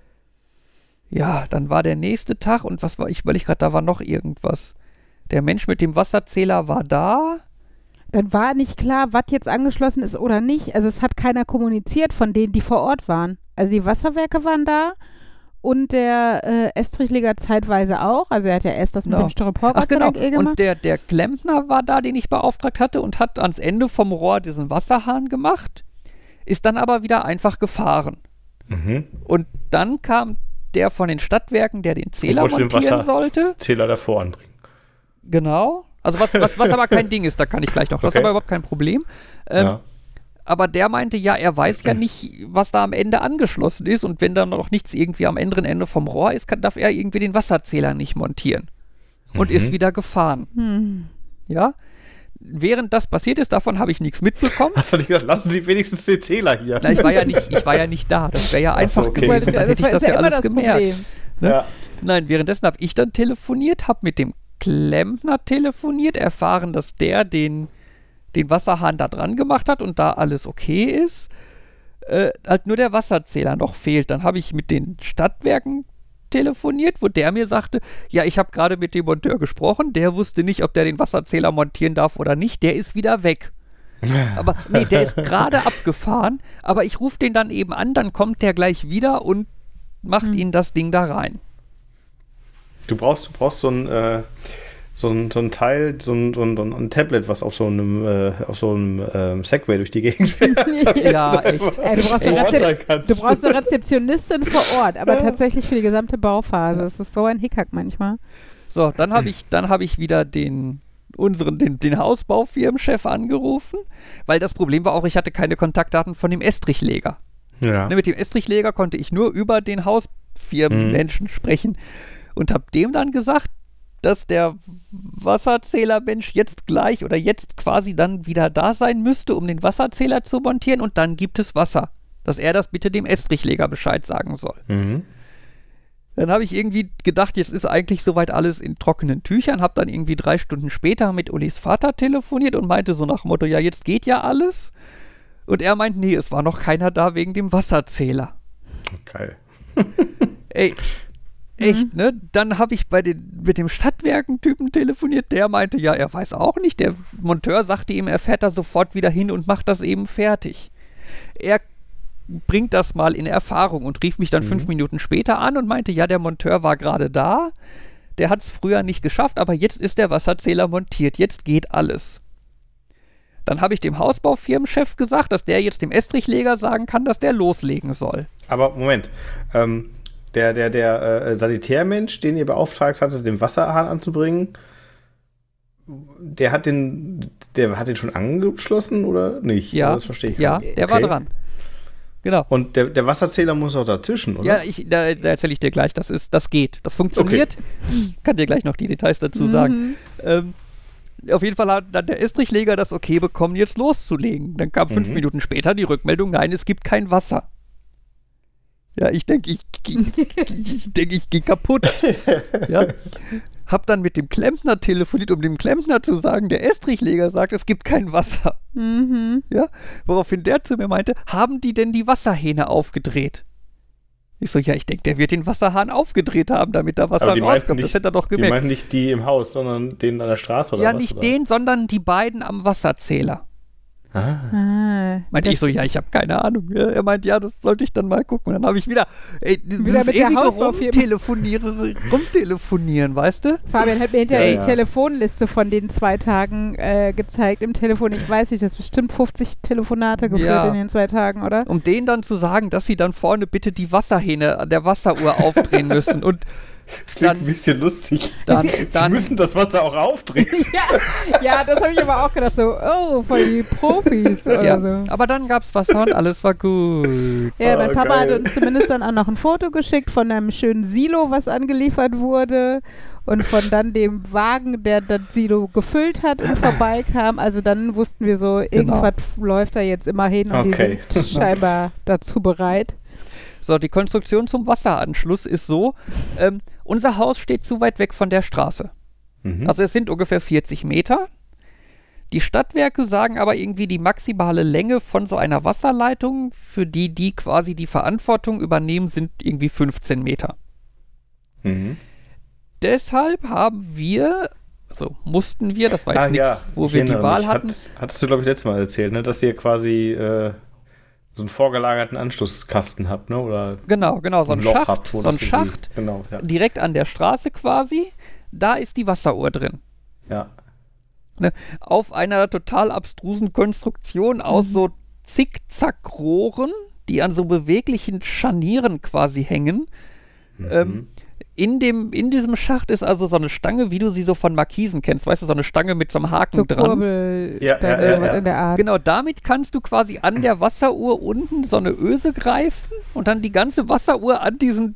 ja, dann war der nächste Tag und was war, ich überlege gerade, da war noch irgendwas. Der Mensch mit dem Wasserzähler war da. Dann war nicht klar, was jetzt angeschlossen ist oder nicht. Also es hat keiner kommuniziert von denen, die vor Ort waren. Also die Wasserwerke waren da und der äh, Estrichliger zeitweise auch. Also er hat ja erst das mit Genau. dem Styropor Ach Gott sei genau, Dank eh gemacht. und der, der Klempner war da, den ich beauftragt hatte und hat ans Ende vom Rohr diesen Wasserhahn gemacht, ist dann aber wieder einfach gefahren. Mhm. Und dann kam der von den Stadtwerken, der den Zähler wollte den montieren Wasser- sollte. Zähler davor anbringen. Genau. Also was, was, was aber kein Ding ist, da kann ich gleich noch. Das Okay. ist aber überhaupt kein Problem. Ähm, Ja. Aber der meinte, ja, er weiß ja nicht, was da am Ende angeschlossen ist und wenn da noch nichts irgendwie am anderen Ende vom Rohr ist, kann, darf er irgendwie den Wasserzähler nicht montieren. Und Mhm. ist wieder gefahren. Hm. Ja. Während das passiert ist, davon habe ich nichts mitbekommen. Hast du nicht gesagt, lassen Sie wenigstens den Zähler hier? Na, ich war ja nicht, ich war ja nicht da. Das wäre ja Ach so, einfach okay. gewesen. Dann hätte ich das ja immer alles das gemerkt. Problem. Ne? Ja. Nein, währenddessen habe ich dann telefoniert, habe mit dem Klempner telefoniert, erfahren, dass der den, den Wasserhahn da dran gemacht hat und da alles okay ist. Äh, halt nur der Wasserzähler noch fehlt. Dann habe ich mit den Stadtwerken telefoniert, wo der mir sagte, ja, ich habe gerade mit dem Monteur gesprochen, der wusste nicht, ob der den Wasserzähler montieren darf oder nicht, der ist wieder weg. Aber nee, der ist gerade abgefahren, aber ich rufe den dann eben an, dann kommt der gleich wieder und macht Hm. ihn das Ding da rein. Du brauchst, du brauchst so ein, äh, so ein, so ein Teil, so ein, so ein, so ein Tablet, was auf so einem, äh, auf so einem ähm, Segway durch die Gegend fährt. Ja, echt. Ey, du, brauchst Vor eine Ort Rezep- sein kannst. du brauchst eine Rezeptionistin vor Ort, aber tatsächlich für die gesamte Bauphase. Das ist so ein Hickhack manchmal. So, dann habe ich, dann habe ich wieder den unseren, den, den Hausbaufirmenchef angerufen, weil das Problem war auch, ich hatte keine Kontaktdaten von dem Estrichleger. Ja. Ne, mit dem Estrichleger konnte ich nur über den Hausfirmenmenschen Mhm. sprechen und habe dem dann gesagt, dass der Wasserzählermensch jetzt gleich oder jetzt quasi dann wieder da sein müsste, um den Wasserzähler zu montieren und dann gibt es Wasser. Dass er das bitte dem Estrichleger Bescheid sagen soll. Mhm. Dann habe ich irgendwie gedacht, jetzt ist eigentlich soweit alles in trockenen Tüchern, habe dann irgendwie drei Stunden später mit Ulis Vater telefoniert und meinte so nach dem Motto, ja, jetzt geht ja alles. Und er meint, nee, es war noch keiner da wegen dem Wasserzähler. Geil. Ey, echt, ne? Dann habe ich bei den, mit dem Stadtwerken-Typen telefoniert, der meinte, ja, er weiß auch nicht. Der Monteur sagte ihm, er fährt da sofort wieder hin und macht das eben fertig. Er bringt das mal in Erfahrung und rief mich dann Mhm. fünf Minuten später an und meinte, ja, der Monteur war gerade da, der hat es früher nicht geschafft, aber jetzt ist der Wasserzähler montiert, jetzt geht alles. Dann habe ich dem Hausbaufirmenchef gesagt, dass der jetzt dem Estrichleger sagen kann, dass der loslegen soll. Aber Moment, ähm, der, der, der äh, Sanitärmensch, den ihr beauftragt hattet, den Wasserhahn anzubringen, der hat den, der hat den schon angeschlossen oder nicht? Ja, Das verstehe ich ja, gar nicht. der war Okay. dran. Genau. Und der, der Wasserzähler muss auch dazwischen, oder? Ja, ich, da, da erzähle ich dir gleich, das ist, das geht, das funktioniert. Ich kann dir gleich noch die Details dazu sagen. Ähm, auf jeden Fall hat dann der Estrichleger das okay bekommen, jetzt loszulegen. Dann kam fünf Mhm. Minuten später die Rückmeldung, nein, es gibt kein Wasser. Ja, ich denke, ich, ich, ich, denk, ich gehe kaputt. Ja. Hab dann mit dem Klempner telefoniert, um dem Klempner zu sagen, der Estrichleger sagt, es gibt kein Wasser. Mhm. Ja, woraufhin der zu mir meinte, haben die denn die Wasserhähne aufgedreht? Ich so, ja, ich denke, der wird den Wasserhahn aufgedreht haben, damit da Wasser Aber die meinten rauskommt. Das nicht- hätte er doch Die gemerkt. meinten nicht die im Haus, sondern den an der Straße oder Ja, was? nicht oder? den, sondern die beiden am Wasserzähler. Ah. Ah, Meinte das- ich so, ja, ich habe keine Ahnung. Ja, er meint, ja, das sollte ich dann mal gucken. Und dann habe ich wieder, ey, dieses Wieder mit der ewige Hausbaufirma. Rumtelefoniere, rumtelefonieren, weißt du? Fabian hat mir hinterher Ja, die ja. Telefonliste von den zwei Tagen äh, gezeigt im Telefon. Ich weiß nicht, das ist bestimmt fünfzig Telefonate geführt Ja. in den zwei Tagen, oder? Um denen dann zu sagen, dass sie dann vorne bitte die Wasserhähne an der Wasseruhr aufdrehen müssen. Und Das klingt Dann- ein bisschen lustig. dann, Sie dann müssen das Wasser auch aufdrehen. ja, ja, das habe ich aber auch gedacht, so, oh, voll die Profis oder ja. so. Aber dann gab es Wasser und alles war gut. Ja, Oh, mein Papa geil. hat uns zumindest dann auch noch ein Foto geschickt von einem schönen Silo, was angeliefert wurde und von dann dem Wagen, der das Silo gefüllt hat und vorbeikam. Also dann wussten wir so, irgendwas läuft da jetzt immer hin und Okay. die sind scheinbar dazu bereit. So, die Konstruktion zum Wasseranschluss ist so, ähm, unser Haus steht zu weit weg von der Straße. Mhm. Also es sind ungefähr vierzig Meter. Die Stadtwerke sagen aber irgendwie die maximale Länge von so einer Wasserleitung, für die die quasi die Verantwortung übernehmen, sind irgendwie fünfzehn Meter. Mhm. Deshalb haben wir, also mussten wir, das war jetzt Ah, nichts, ja, wo ich wir die erinnere Wahl mich. hatten. Hat, hattest du, glaube ich, letztes Mal erzählt, ne? Dass ihr quasi äh, so einen vorgelagerten Anschlusskasten habt, ne? Oder Genau, genau, so ein Loch Schacht, habt, wo so ein das irgendwie- Schacht, Genau, ja. direkt an der Straße quasi, da ist die Wasseruhr drin. ja. Ne, auf einer total abstrusen Konstruktion aus Mhm. so Zickzackrohren, die an so beweglichen Scharnieren quasi hängen. Ähm, in, dem, in diesem Schacht ist also so eine Stange, wie du sie so von Markisen kennst, weißt du, so eine Stange mit so einem Haken So dran. Kurbel, Ja, da- ja, ja, sowas ja. in der Art. Genau, damit kannst du quasi an der Wasseruhr unten so eine Öse greifen und dann die ganze Wasseruhr an diesen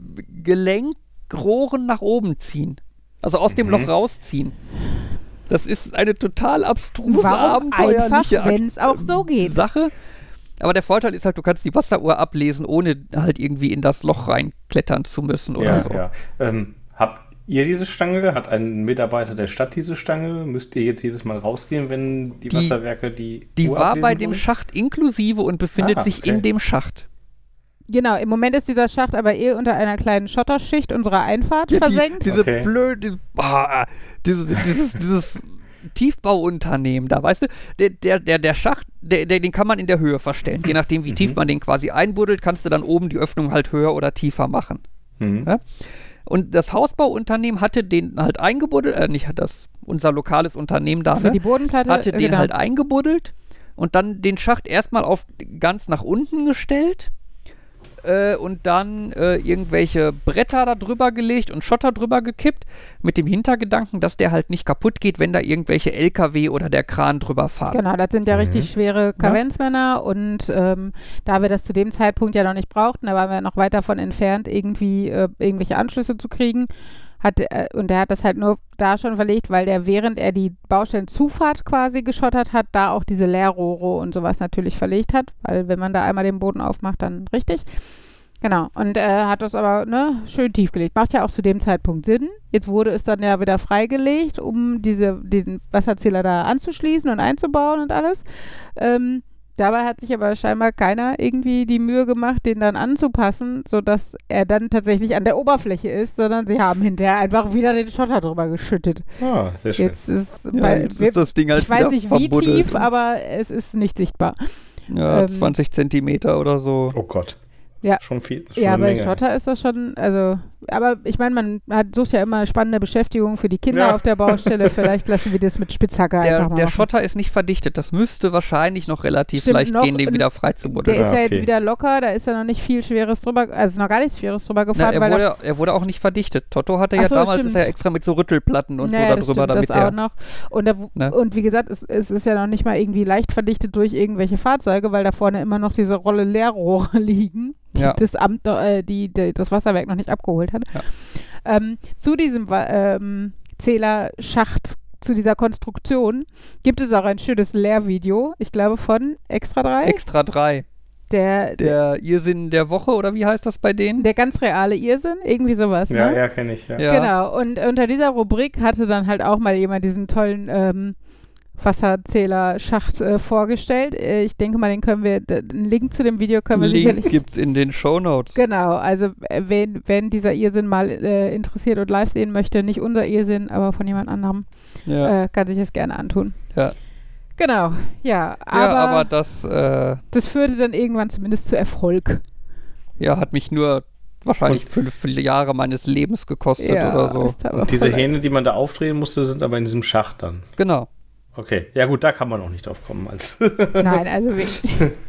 Gelenkrohren nach oben ziehen. Also aus dem Mhm. Loch rausziehen. Das ist eine total abstruse, Warum abenteuerliche einfach, wenn es auch so geht? Sache. Aber der Vorteil ist halt, du kannst die Wasseruhr ablesen, ohne halt irgendwie in das Loch reinklettern zu müssen oder Ja, so. ja. Ähm, habt ihr diese Stange? Hat ein Mitarbeiter der Stadt diese Stange? Müsst ihr jetzt jedes Mal rausgehen, wenn die, Die- Wasserwerke die Die Uhr war ablesen bei dem wollen? Schacht inklusive und befindet Ah, sich okay. in dem Schacht. Genau, im Moment ist dieser Schacht aber eh unter einer kleinen Schotterschicht unserer Einfahrt Ja, die, versenkt. diese Okay. blöde, boah, dieses, dieses, dieses Tiefbauunternehmen da, weißt du, der, der, der, der Schacht, der, der, den kann man in der Höhe verstellen. Je nachdem, wie tief man den quasi einbuddelt, kannst du dann oben die Öffnung halt höher oder tiefer machen. Mhm. Ja? Und das Hausbauunternehmen hatte den halt eingebuddelt, äh, nicht hat das, unser lokales Unternehmen da, Für ne? die Bodenplatte. hatte äh, den genau. halt eingebuddelt und dann den Schacht erstmal auf ganz nach unten gestellt. äh, und dann äh, irgendwelche Bretter da drüber gelegt und Schotter drüber gekippt, mit dem Hintergedanken, dass der halt nicht kaputt geht, wenn da irgendwelche L K W oder der Kran drüber fahren. Genau, das sind ja Mhm. richtig schwere Kavenzmänner und ähm, da wir das zu dem Zeitpunkt ja noch nicht brauchten, da waren wir noch weit davon entfernt, irgendwie äh, irgendwelche Anschlüsse zu kriegen, hat, äh, und der hat das halt nur da schon verlegt, weil der, während er die Baustellenzufahrt quasi geschottert hat, da auch diese Leerrohre und sowas natürlich verlegt hat, weil wenn man da einmal den Boden aufmacht, dann richtig. Genau, und er äh, hat das aber ne, schön tief gelegt. Macht ja auch zu dem Zeitpunkt Sinn. Jetzt wurde es dann ja wieder freigelegt, um diese, den Wasserzähler da anzuschließen und einzubauen und alles. Ähm, dabei hat sich aber scheinbar keiner irgendwie die Mühe gemacht, den dann anzupassen, sodass er dann tatsächlich an der Oberfläche ist, sondern sie haben hinterher einfach wieder den Schotter drüber geschüttet. Ah, sehr schön. Jetzt ist, Ja, weil, jetzt ist das Ding halt ich weiß wieder nicht wie verbuddelt tief, und- aber es ist nicht sichtbar. Ja, ähm, zwanzig Zentimeter oder so. Oh Gott. Ja. Schon viel. Schon Ja, eine bei Menge. Schotter ist das schon, also, aber ich meine, man hat, sucht ja immer spannende Beschäftigung für die Kinder Ja. auf der Baustelle. Vielleicht lassen wir das mit Spitzhacke Der, einfach mal der machen. Schotter ist nicht verdichtet. Das müsste wahrscheinlich noch relativ Stimmt, leicht noch gehen, den ein- wieder frei zu buddeln. Der ist ja Ah, jetzt okay. wieder locker, da ist ja noch nicht viel Schweres drüber, also noch gar nichts Schweres drüber Na, gefahren, er, weil da wurde, er wurde auch nicht verdichtet. Toto hatte Ach ja so, damals stimmt. ist er extra mit so Rüttelplatten und naja, so das darüber, stimmt, damit das auch er. noch. Und, da, Ne? und wie gesagt, es, es ist ja noch nicht mal irgendwie leicht verdichtet durch irgendwelche Fahrzeuge, weil da vorne immer noch diese Rolle Leerrohre liegen, die Ja. das Amt, äh, die, die das Wasserwerk noch nicht abgeholt hat. Ja. Ähm, zu diesem Wa- ähm, Zählerschacht, zu dieser Konstruktion, gibt es auch ein schönes Lehrvideo, ich glaube von Extra drei. Extra drei. der, der, Der Irrsinn der Woche, oder wie heißt das bei denen? der ganz reale Irrsinn, irgendwie sowas. Ja, ne? ja, kenne ich. Ja. Ja. Genau, und unter dieser Rubrik hatte dann halt auch mal jemand diesen tollen ähm, Wasserzählerschacht äh, vorgestellt. Äh, ich denke mal, den können wir, d- einen Link zu dem Video können wir Link sicherlich. gibt's in den Shownotes. Genau, also äh, wenn, wenn dieser Irrsinn mal äh, interessiert und live sehen möchte, nicht unser Irrsinn, aber von jemand anderem, Ja. äh, kann sich das gerne antun. Ja. Genau, ja, aber, ja, aber das äh, das führte dann irgendwann zumindest zu Erfolg. ja, hat mich nur wahrscheinlich fünf Jahre meines Lebens gekostet Ja, oder so. ist aber Und diese voll- Hähne, die man da aufdrehen musste, sind aber in diesem Schacht dann. Genau. Okay. Ja gut, da kann man auch nicht drauf kommen. Als Nein, also wirklich.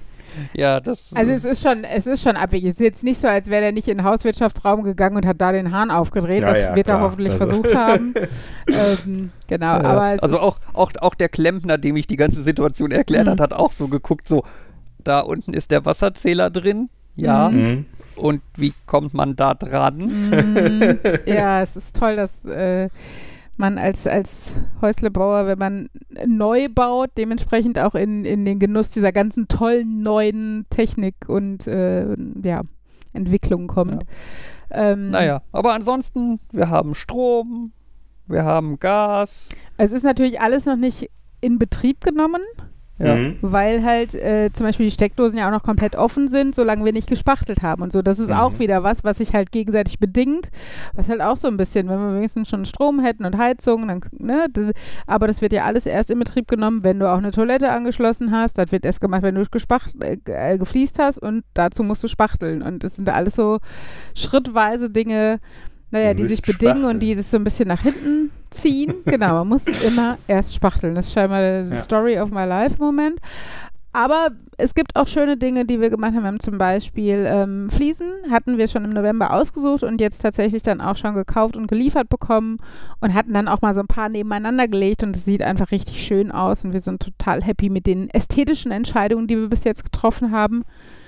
Ja, das Also es ist schon, es ist schon abwegig. Es ist jetzt nicht so, als wäre der nicht in den Hauswirtschaftsraum gegangen und hat da den Hahn aufgedreht. Ja, das ja, wird er klar. hoffentlich Also- versucht haben. ähm, genau, Ja, aber es also ist, auch, auch, auch der Klempner, dem ich die ganze Situation erklärt Mhm. hat, hat auch so geguckt, so, da unten ist der Wasserzähler drin, ja, Mhm. Mhm. und wie kommt man da dran? Mm, ja, es ist toll, dass äh, man als, als Häuslebauer, wenn man neu baut, dementsprechend auch in, in den Genuss dieser ganzen tollen neuen Technik und äh, ja, Entwicklung kommt. Ähm, Naja, aber ansonsten, wir haben Strom, wir haben Gas. Es ist natürlich alles noch nicht in Betrieb genommen, Ja. Mhm. weil halt äh, zum Beispiel die Steckdosen ja auch noch komplett offen sind, solange wir nicht gespachtelt haben und so. Das ist Mhm. auch wieder was, was sich halt gegenseitig bedingt, was halt auch so ein bisschen, wenn wir wenigstens schon Strom hätten und Heizung, dann, ne, d- aber das wird ja alles erst in Betrieb genommen, wenn du auch eine Toilette angeschlossen hast. Das wird erst gemacht, wenn du gespacht, äh, ge- äh, gefliest hast und dazu musst du spachteln. Und das sind alles so schrittweise Dinge, naja, Ihr die sich müsst bedingen spachteln. und die das so ein bisschen nach hinten ziehen. Genau, man muss immer erst spachteln. Das ist scheinbar die Ja. Story of my life im Moment. Aber es gibt auch schöne Dinge, die wir gemacht haben. Wir haben zum Beispiel ähm, Fliesen, hatten wir schon im November ausgesucht und jetzt tatsächlich dann auch schon gekauft und geliefert bekommen und hatten dann auch mal so ein paar nebeneinander gelegt und es sieht einfach richtig schön aus und wir sind total happy mit den ästhetischen Entscheidungen, die wir bis jetzt getroffen haben.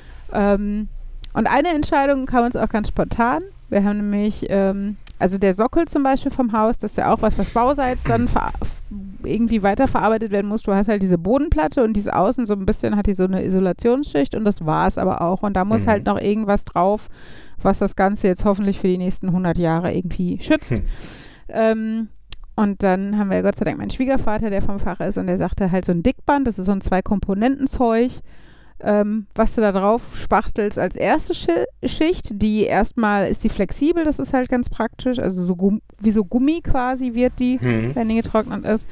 Ähm, und eine Entscheidung kam uns auch ganz spontan. Wir haben nämlich, ähm, also der Sockel zum Beispiel vom Haus, das ist ja auch was, was bauseits dann ver irgendwie weiterverarbeitet werden muss. Du hast halt diese Bodenplatte und diese Außen so ein bisschen hat die so eine Isolationsschicht und das war es aber auch. Und da muss Mhm. halt noch irgendwas drauf, was das Ganze jetzt hoffentlich für die nächsten hundert Jahre irgendwie schützt. Hm. Ähm, und dann haben wir Gott sei Dank meinen Schwiegervater, der vom Fach ist, und der sagte halt so ein Dickband, das ist so ein Zwei-Komponenten-Zeug, ähm, was du da drauf spachtelst als erste Schi- Schicht. Die erstmal ist die flexibel, das ist halt ganz praktisch, also so Gum- wie so Gummi quasi wird die, Mhm. wenn die getrocknet ist.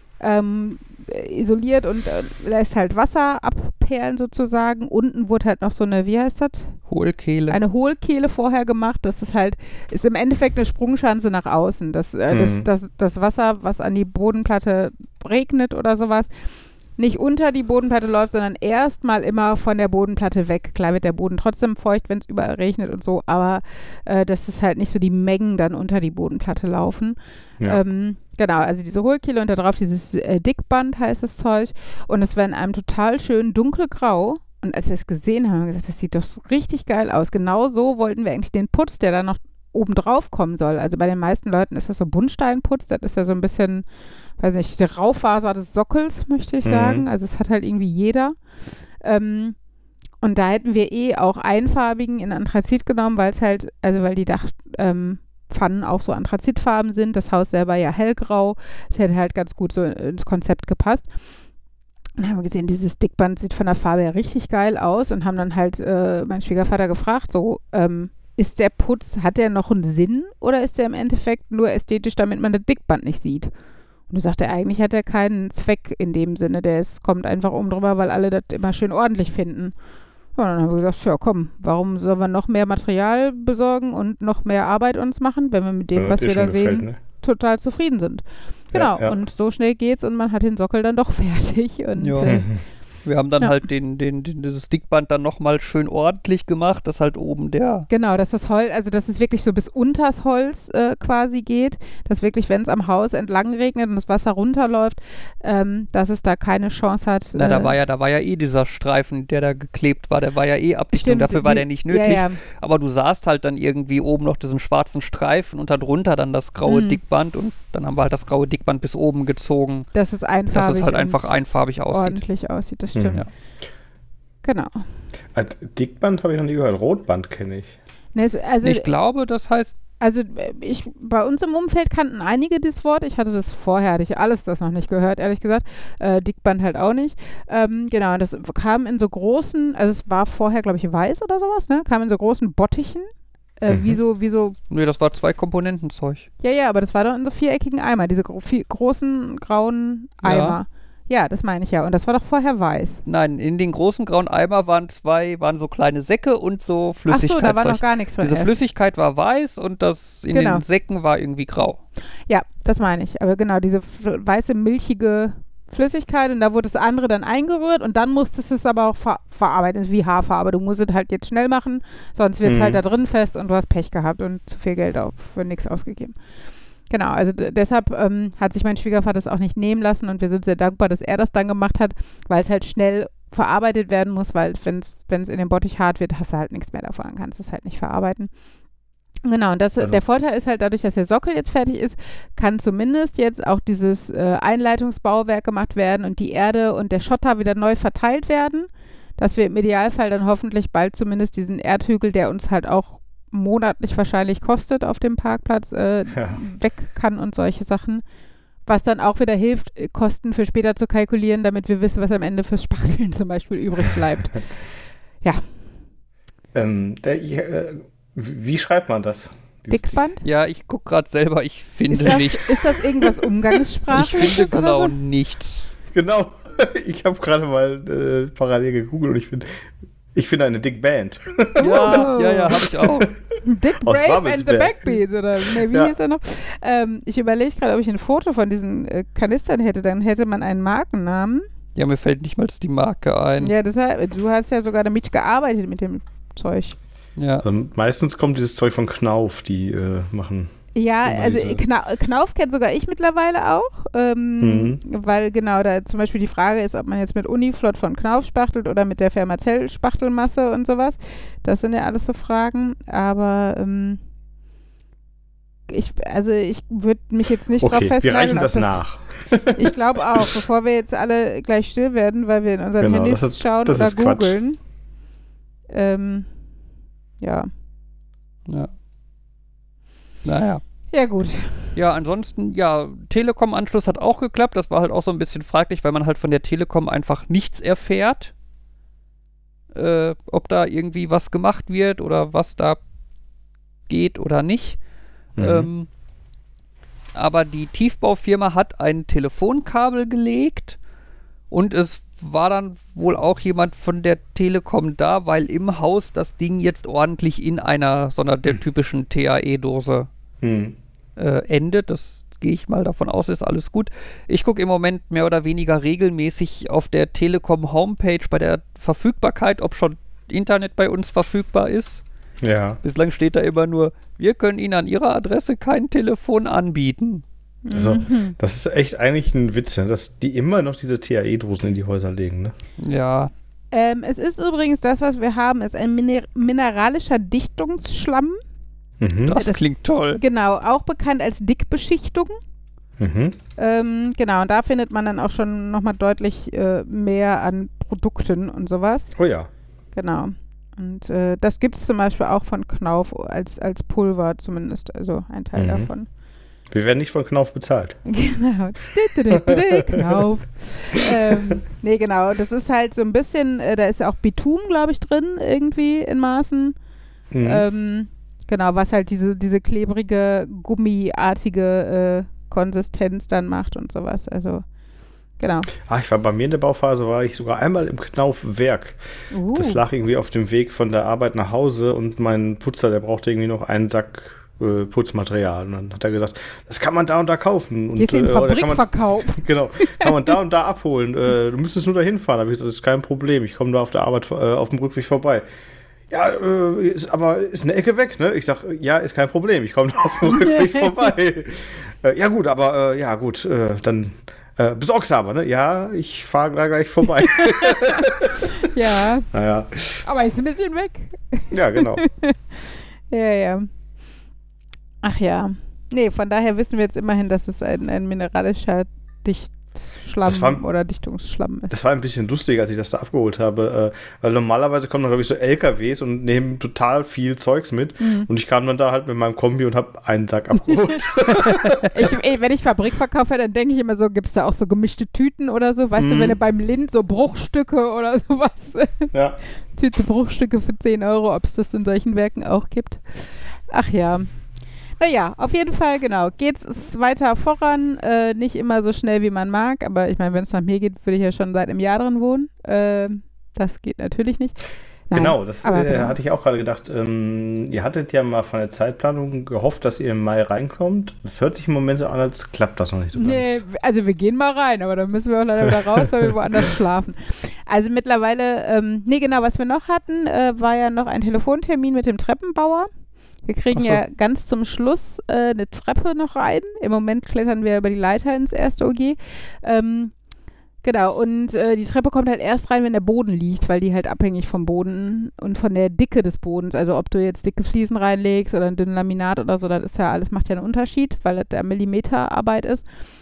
Ähm, äh, isoliert und äh, lässt halt Wasser abperlen sozusagen. Unten wurde halt noch so eine, wie heißt das? Hohlkehle. Eine Hohlkehle vorher gemacht. Das ist halt, ist im Endeffekt eine Sprungschanze nach außen. Das, äh, das, Mhm. das, das Wasser, was an die Bodenplatte regnet oder sowas, nicht unter die Bodenplatte läuft, sondern erstmal immer von der Bodenplatte weg. Klar wird der Boden trotzdem feucht, wenn es überall regnet und so, aber äh, dass es halt nicht so die Mengen dann unter die Bodenplatte laufen. Ja. Ähm, genau, also diese Hohlkehle und da drauf dieses äh, Dickband heißt das Zeug und es war in einem total schönen dunkelgrau. Und als wir es gesehen haben, haben wir gesagt, das sieht doch so richtig geil aus. Genau so wollten wir eigentlich den Putz, der da noch oben drauf kommen soll. Also bei den meisten Leuten ist das so Buntsteinputz, das ist ja so ein bisschen, weiß nicht, die Raufaser des Sockels, möchte ich Mhm. sagen. Also es hat halt irgendwie jeder. Ähm, und da hätten wir eh auch einfarbigen in Anthrazit genommen, weil es halt, also weil die Dachpfannen ähm, auch so Anthrazitfarben sind. Das Haus selber ja hellgrau. Es hätte halt ganz gut so ins Konzept gepasst. Dann haben wir gesehen, dieses Dickband sieht von der Farbe her richtig geil aus und haben dann halt äh, meinen Schwiegervater gefragt, so, ähm, ist der Putz, hat der noch einen Sinn oder ist der im Endeffekt nur ästhetisch, damit man das Dickband nicht sieht? Und du sagst, eigentlich hat er keinen Zweck in dem Sinne, der ist, kommt einfach oben drüber, weil alle das immer schön ordentlich finden. Ja, dann haben wir gesagt, ja komm, warum sollen wir noch mehr Material besorgen und noch mehr Arbeit uns machen, wenn wir mit dem, Wenn was dir wir da schon gefällt, sehen, ne? total zufrieden sind. Genau, Ja, ja. und so schnell geht's und man hat den Sockel dann doch fertig. Und Ja. äh, Wir haben dann Ja. halt den, den, den, dieses Dickband dann nochmal schön ordentlich gemacht, dass halt oben der. genau, dass das Holz, also dass es wirklich so bis unters Holz äh, quasi geht, dass wirklich, wenn es am Haus entlang regnet und das Wasser runterläuft, ähm, dass es da keine Chance hat. Na, äh, da war ja, da war ja eh dieser Streifen, der da geklebt war, der war ja eh Abdichtung, stimmt, dafür war die- der nicht nötig. Ja, ja. Aber du sahst halt dann irgendwie oben noch diesen schwarzen Streifen und darunter dann das graue Mhm. Dickband und dann haben wir halt das graue Dickband bis oben gezogen, Dass es einfarbig dass es halt und einfach einfarbig aussieht. ordentlich aussieht, das stimmt. Mhm. Ja. Genau. Als Dickband habe ich noch nie gehört. Rotband kenne ich. Ne, es- also Ich glaube, das heißt, Also äh, ich, bei uns im Umfeld kannten einige das Wort. Ich hatte das vorher, hatte ich alles das noch nicht gehört, ehrlich gesagt. Äh, Dickband halt auch nicht. Ähm, genau, das kam in so großen, also es war vorher, glaube ich, weiß oder sowas, ne? Kam in so großen Bottichen. Äh, Mhm. wie so, wie so, nee, das war zwei Komponentenzeug. ja, ja, aber das war doch in so viereckigen Eimer, diese gro vi großen grauen Ja. Eimer. Ja. das meine ich ja. Und das war doch vorher weiß. Nein, in den großen grauen Eimer waren zwei, waren so kleine Säcke und so Ach so, Flüssigkeit. da war noch gar nichts drin. Diese erst. Flüssigkeit war weiß und das in Genau. den Säcken war irgendwie grau. Ja, das meine ich. Aber genau, diese f- weiße, milchige Flüssigkeit und da wurde das andere dann eingerührt und dann musstest du es aber auch ver verarbeiten. Das ist wie Haarfarbe. Du musst es halt jetzt schnell machen, sonst wird es Mhm. halt da drin fest und du hast Pech gehabt und zu viel Geld auf, für nichts ausgegeben. Genau, also d- deshalb ähm, hat sich mein Schwiegervater das auch nicht nehmen lassen und wir sind sehr dankbar, dass er das dann gemacht hat, weil es halt schnell verarbeitet werden muss, weil wenn es in dem Bottich hart wird, hast du halt nichts mehr davon, dann kannst du es halt nicht verarbeiten. Genau, und das, Also- der Vorteil ist halt dadurch, dass der Sockel jetzt fertig ist, kann zumindest jetzt auch dieses äh, Einleitungsbauwerk gemacht werden und die Erde und der Schotter wieder neu verteilt werden, dass wir im Idealfall dann hoffentlich bald zumindest diesen Erdhügel, der uns halt auch monatlich wahrscheinlich kostet auf dem Parkplatz, äh, Ja. weg kann und solche Sachen. Was dann auch wieder hilft, äh, Kosten für später zu kalkulieren, damit wir wissen, was am Ende fürs Spachteln zum Beispiel übrig bleibt. Ähm, der, äh, wie schreibt man das? Dieses Dickband? Ja, ich gucke gerade selber, ich finde Ist das, nichts. ist das irgendwas Ich Umgangssprachliches finde oder genau so? nichts. Genau. Ich habe gerade mal äh, parallel gegoogelt und ich finde ich finde eine Dick Band. Ja, ja, ja, habe ich auch. Dick Aus Brave and the Babelsberg. Backbeats oder nee, wie Ja. hieß er noch? Ähm, ich überlege gerade, ob ich ein Foto von diesen äh, Kanistern hätte, dann hätte man einen Markennamen. Ja, mir fällt nicht mal die Marke ein. Ja, deshalb, du hast ja sogar damit gearbeitet mit dem Zeug. Ja. Also meistens kommt dieses Zeug von Knauf, die äh, machen. Ja, Immer also diese- Kna Knauf kennt sogar ich mittlerweile auch, ähm, Mhm. weil genau da zum Beispiel die Frage ist, ob man jetzt mit Uniflot von Knauf spachtelt oder mit der Firma Zell Spachtelmasse und sowas. Das sind ja alles so Fragen, aber ähm, ich, also ich würde mich jetzt nicht drauf Okay, wir festnageln. reichen ob das nach. Ich glaube auch, bevor wir jetzt alle gleich still werden, weil wir in unseren Genau, Handys das ist- schauen das oder ist Quatsch. googeln. Ähm, ja. ja. Naja. Ja, gut. Ja, ansonsten, ja, Telekom-Anschluss hat auch geklappt. Das war halt auch so ein bisschen fraglich, weil man halt von der Telekom einfach nichts erfährt. Äh, ob da irgendwie was gemacht wird oder was da geht oder nicht. Mhm. Ähm, aber die Tiefbaufirma hat ein Telefonkabel gelegt und es war dann wohl auch jemand von der Telekom da, weil im Haus das Ding jetzt ordentlich in einer, so einer der typischen T A E-Dose Hm. äh, endet. Das gehe ich mal davon aus, ist alles gut. Ich gucke im Moment mehr oder weniger regelmäßig auf der Telekom Homepage bei der Verfügbarkeit, ob schon Internet bei uns verfügbar ist. Ja. Bislang steht da immer nur, wir können Ihnen an Ihrer Adresse kein Telefon anbieten. Also, Mhm. das ist echt eigentlich ein Witz, ne? Dass die immer noch diese T A E-Dosen in die Häuser legen, ne? Ja, Ähm, es ist übrigens das, was wir haben, ist ein miner mineralischer Dichtungsschlamm. Mhm. das, das- klingt toll. Genau, auch bekannt als Dickbeschichtung. Mhm. Ähm, genau, und da findet man dann auch schon nochmal deutlich äh, mehr an Produkten und sowas. Oh ja. Genau. Und äh, das gibt es zum Beispiel auch von Knauf als, als Pulver zumindest, also ein Teil Mhm. davon. Wir werden nicht von Knauf bezahlt. Genau. Knauf. ähm, nee, genau. Das ist halt so ein bisschen, äh, da ist ja auch Bitum, glaube ich, drin, irgendwie in Maßen. Mhm. Ähm, genau, was halt diese, diese klebrige, gummiartige äh, Konsistenz dann macht und sowas. Also, genau. Ah, ich war bei mir in der Bauphase, war ich sogar einmal im Knaufwerk. Uh. Das lag irgendwie auf dem Weg von der Arbeit nach Hause und mein Putzer, der brauchte irgendwie noch einen Sack äh, Putzmaterial. Und dann hat er gesagt, das kann man da und da kaufen. Und, Gehst in den äh, oder kann man, Fabrikverkauf. genau, kann man da und da abholen. Äh, du müsstest nur dahin fahren. Da habe ich gesagt, das ist kein Problem. Ich komme da auf der Arbeit äh, auf dem Rückweg vorbei. Ja, äh, ist, aber ist eine Ecke weg, ne? Ich sag, ja, ist kein Problem. Ich komme da auf dem Rückweg vorbei. Äh, ja gut, aber äh, ja gut, äh, dann äh, besorgst du aber, ne? Ja, ich fahre da gleich vorbei. Ja, Naja, aber ist ein bisschen weg. ja, genau. Ja, ja. Ach ja. Nee, von daher wissen wir jetzt immerhin, dass es ein, ein mineralischer Dichtschlamm Das war- oder Dichtungsschlamm ist. Das war ein bisschen lustig, als ich das da abgeholt habe, äh, weil normalerweise kommen da, glaube ich, so L K Ws und nehmen total viel Zeugs mit. Mhm. Und ich kam dann da halt mit meinem Kombi und habe einen Sack abgeholt. Ich, ey, wenn ich Fabrikverkauf hätte, dann denke ich immer so, gibt es da auch so gemischte Tüten oder so? Weißt du, Mhm. wenn du beim Lind so Bruchstücke oder sowas, Ja. Tüte Bruchstücke für zehn Euro, ob es das in solchen Werken auch gibt. Ach ja. Naja, auf jeden Fall, genau. Geht es weiter voran. Äh, nicht immer so schnell, wie man mag. Aber ich meine, wenn es nach mir geht, würde ich ja schon seit einem Jahr drin wohnen. Äh, das geht natürlich nicht. Nein, Genau, das aber äh, genau. hatte ich auch gerade gedacht. Ähm, ihr hattet ja mal von der Zeitplanung gehofft, dass ihr im Mai reinkommt. Das hört sich im Moment so an, als klappt das noch nicht so ganz. Nee, also wir gehen mal rein, aber dann müssen wir auch leider wieder raus, weil wir woanders schlafen. Also mittlerweile, ähm, nee genau, was wir noch hatten, äh, war ja noch ein Telefontermin mit dem Treppenbauer. Wir kriegen Ach so. ja ganz zum Schluss äh, eine Treppe noch rein. Im Moment klettern wir über die Leiter ins erste O G. Ähm, genau, und äh, die Treppe kommt halt erst rein, wenn der Boden liegt, weil die halt abhängig vom Boden und von der Dicke des Bodens, also ob du jetzt dicke Fliesen reinlegst oder ein dünnes Laminat oder so, das ist ja alles, macht ja einen Unterschied, weil das der Millimeterarbeit ist.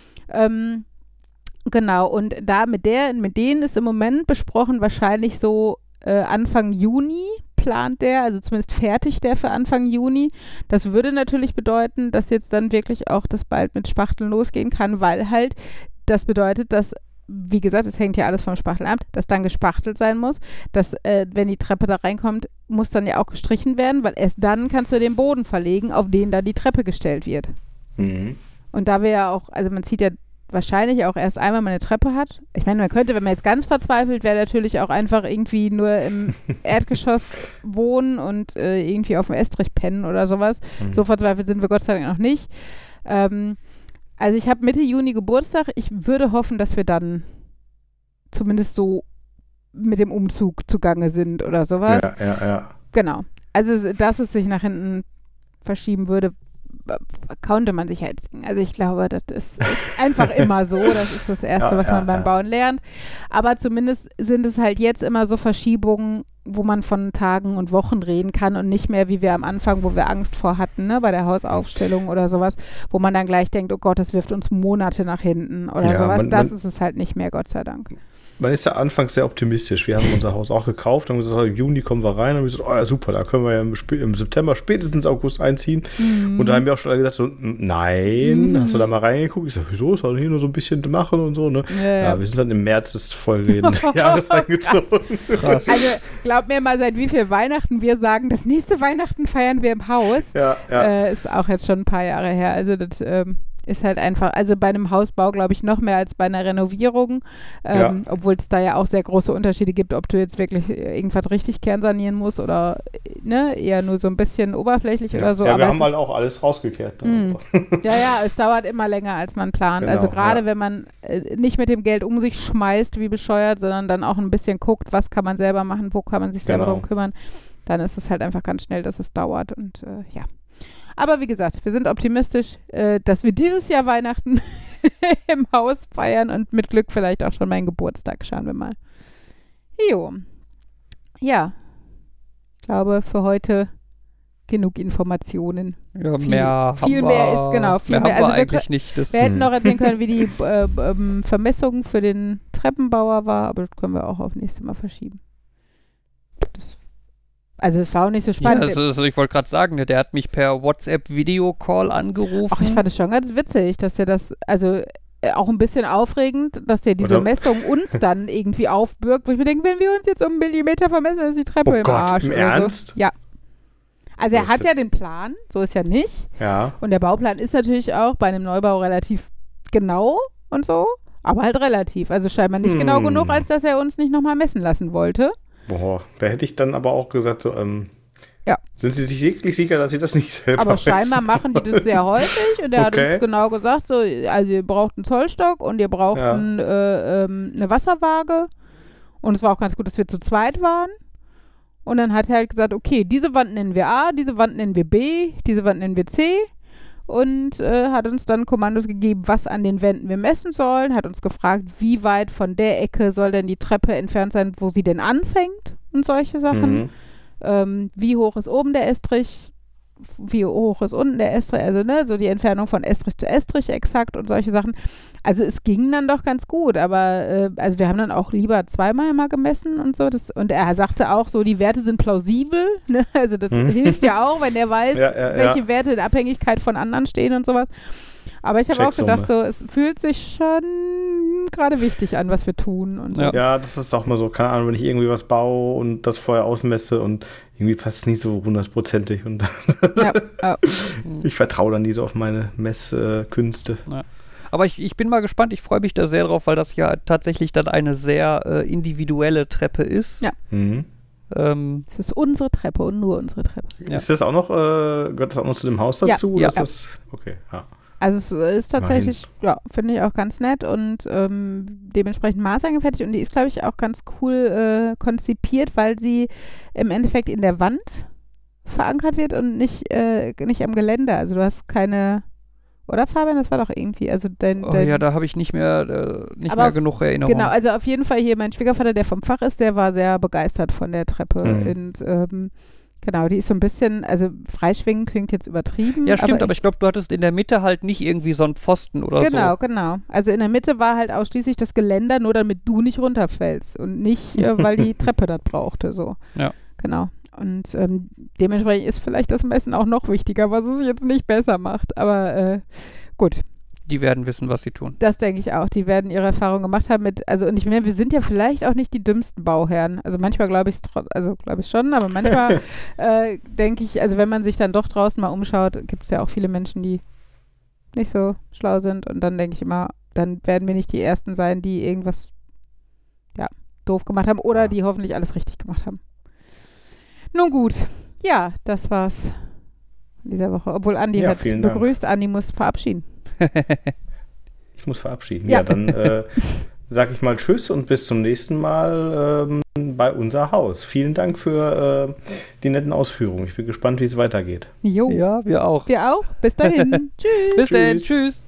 Ähm, genau, und da mit der, mit denen ist im Moment besprochen, wahrscheinlich so äh, Anfang Juni plant der, also zumindest fertig der für Anfang Juni. Das würde natürlich bedeuten, dass jetzt dann wirklich auch das bald mit Spachteln losgehen kann, weil halt das bedeutet, dass, wie gesagt, es hängt ja alles vom Spachtelamt, dass dann gespachtelt sein muss, dass, äh, wenn die Treppe da reinkommt, muss dann ja auch gestrichen werden, weil erst dann kannst du den Boden verlegen, auf den da die Treppe gestellt wird. Mhm. Und da wir ja auch, also man zieht ja wahrscheinlich auch erst einmal mal eine Treppe hat. Ich meine, man könnte, wenn man jetzt ganz verzweifelt wäre, natürlich auch einfach irgendwie nur im Erdgeschoss wohnen und äh, irgendwie auf dem Estrich pennen oder sowas. Mhm. So verzweifelt sind wir Gott sei Dank noch nicht. Ähm, also ich habe Mitte Juni Geburtstag. Ich würde hoffen, dass wir dann zumindest so mit dem Umzug zugange sind oder sowas. Ja, ja, ja. Genau. Also, dass es sich nach hinten verschieben würde, konnte man sich halt denken. Also ich glaube, das ist, ist einfach immer so. Das ist das Erste, Ja, was ja, man beim ja. Bauen lernt. Aber zumindest sind es halt jetzt immer so Verschiebungen, wo man von Tagen und Wochen reden kann und nicht mehr, wie wir am Anfang, wo wir Angst vor hatten, ne, bei der Hausaufstellung oder sowas, wo man dann gleich denkt, oh Gott, das wirft uns Monate nach hinten oder Ja, sowas. man- das man- ist es halt nicht mehr, Gott sei Dank. Man ist ja anfangs sehr optimistisch. Wir haben unser Haus auch gekauft, haben gesagt, im Juni kommen wir rein und wir gesagt, oh ja, super, da können wir ja im, Sp- im September, spätestens August einziehen. Mhm. Und da haben wir auch schon alle gesagt, so, nein, Mhm. hast du da mal reingeguckt? Ich sag, wieso, ist doch hier nur so ein bisschen machen und so, ne? Ja, Ja, ja. wir sind dann im März des folgenden Jahres eingezogen. Krass. Also glaub mir mal, seit wie viel Weihnachten wir sagen, das nächste Weihnachten feiern wir im Haus. Ja, ja. Äh, ist auch jetzt schon ein paar Jahre her. Also das, ähm, ist halt einfach, also bei einem Hausbau, glaube ich, noch mehr als bei einer Renovierung, ähm, ja. obwohl es da ja auch sehr große Unterschiede gibt, ob du jetzt wirklich irgendwas richtig kernsanieren musst oder ne, eher nur so ein bisschen oberflächlich ja. oder so. Ja, aber wir haben halt auch alles rausgekehrt. Ne? Ja, ja, es dauert immer länger, als man plant. Genau, also gerade ja. wenn man äh, nicht mit dem Geld um sich schmeißt, wie bescheuert, sondern dann auch ein bisschen guckt, was kann man selber machen, wo kann man sich selber genau. drum kümmern, dann ist es halt einfach ganz schnell, dass es dauert und äh, ja. Aber wie gesagt, wir sind optimistisch, äh, dass wir dieses Jahr Weihnachten im Haus feiern und mit Glück vielleicht auch schon meinen Geburtstag. Schauen wir mal. Jo. Ja. Ich glaube, für heute genug Informationen. Ja, viel, mehr viel haben mehr wir, ist, genau. Viel mehr mehr. haben wir Also eigentlich wir, nicht. Das wir hätten noch erzählen können, wie die äh, ähm, Vermessung für den Treppenbauer war, aber das können wir auch auf nächstes Mal verschieben. Das Also es war auch nicht so spannend. Ja, also, ich wollte gerade sagen, der hat mich per WhatsApp-Video-Call angerufen. Ach, ich fand es schon ganz witzig, dass er das, also äh, auch ein bisschen aufregend, dass der diese Oder? Messung uns dann irgendwie aufbürgt, wo ich mir denke, wenn wir uns jetzt um einen Millimeter vermessen, ist die Treppe Oh im Gott, Arsch. im oder Ernst? So. Ja. Also er Das hat ist- ja den Plan, so ist ja nicht. Ja. Und der Bauplan ist natürlich auch bei einem Neubau relativ genau und so, aber halt relativ. Also scheinbar nicht Hm. genau genug, als dass er uns nicht nochmal messen lassen wollte. Boah, da hätte ich dann aber auch gesagt, so, ähm, Ja. sind Sie sich wirklich sicher, dass Sie das nicht selber Aber scheinbar messen machen die das sehr häufig und er hat Okay. uns genau gesagt, so, also ihr braucht einen Zollstock und ihr braucht Ja. ein, äh, ähm, eine Wasserwaage und es war auch ganz gut, dass wir zu zweit waren und dann hat er halt gesagt, okay, diese Wand nennen wir A, diese Wand nennen wir B, diese Wand nennen wir C und äh, hat uns dann Kommandos gegeben, was an den Wänden wir messen sollen, hat uns gefragt, wie weit von der Ecke soll denn die Treppe entfernt sein, wo sie denn anfängt und solche Sachen. Mhm. Ähm, wie hoch ist oben der Estrich, wie hoch ist unten der Estrich, also ne, so die Entfernung von Estrich zu Estrich exakt und solche Sachen. Also es ging dann doch ganz gut, aber äh, also wir haben dann auch lieber zweimal mal gemessen und so. Das, und er sagte auch so, die Werte sind plausibel, ne? Also das Hm. hilft ja auch, wenn er weiß, Ja, ja, welche ja. Werte in Abhängigkeit von anderen stehen und sowas. Aber ich habe auch Checksumme. gedacht, so, es fühlt sich schon gerade wichtig an, was wir tun und so. Ja. Ja, das ist auch mal so, keine Ahnung, wenn ich irgendwie was baue und das vorher ausmesse und irgendwie passt es nicht so hundertprozentig und Ja, ja. ich vertraue dann nie so auf meine Messkünste. Aber ich, ich bin mal gespannt, ich freue mich da sehr drauf, weil das ja tatsächlich dann eine sehr äh, individuelle Treppe ist. Ja. Mhm. Ähm, Es ist unsere Treppe und nur unsere Treppe. Ja. Ist das auch noch, äh, gehört das auch noch zu dem Haus Ja, dazu? oder ja. ist das, okay, ja. Also es ist tatsächlich, ja, finde ich auch ganz nett und ähm, dementsprechend maßangefertigt und die ist, glaube ich, auch ganz cool äh, konzipiert, weil sie im Endeffekt in der Wand verankert wird und nicht, äh, nicht am Geländer. Also du hast keine, oder Fabian, das war doch irgendwie, also dein, oh dein ja, da habe ich nicht mehr, äh, nicht Aber mehr auf- genug Erinnerung. genau, also auf jeden Fall hier mein Schwiegervater, der vom Fach ist, der war sehr begeistert von der Treppe Mhm. und ähm, genau, die ist so ein bisschen, also freischwingen klingt jetzt übertrieben. Ja, stimmt, aber ich ich glaube, du hattest in der Mitte halt nicht irgendwie so einen Pfosten oder Genau, so. genau. Also in der Mitte war halt ausschließlich das Geländer, nur damit du nicht runterfällst und nicht, äh, weil die Treppe das brauchte, so. Ja. Genau. Und ähm, dementsprechend ist vielleicht das Messen auch noch wichtiger, was es jetzt nicht besser macht. Aber äh, gut, Die werden wissen, was sie tun. das denke ich auch. Die werden ihre Erfahrung gemacht haben mit, also und ich meine, wir sind ja vielleicht auch nicht die dümmsten Bauherren. Also manchmal glaube ich es, also glaube ich schon, aber manchmal äh, denke ich, also wenn man sich dann doch draußen mal umschaut, gibt es ja auch viele Menschen, die nicht so schlau sind und dann denke ich immer, dann werden wir nicht die Ersten sein, die irgendwas, ja, doof gemacht haben oder Ja. die hoffentlich alles richtig gemacht haben. Nun gut, ja, das war's in dieser Woche. Obwohl Andi Ja, hat vielen Dank. begrüßt, Andi muss verabschieden. Ich muss verabschieden. Ja. Ja, dann äh, sage ich mal Tschüss und bis zum nächsten Mal ähm, bei unser Haus. Vielen Dank für äh, die netten Ausführungen. Ich bin gespannt, wie es weitergeht. Jo, Ja, wir auch. wir auch. Bis dahin. Tschüss. Bis dann, Tschüss. tschüss.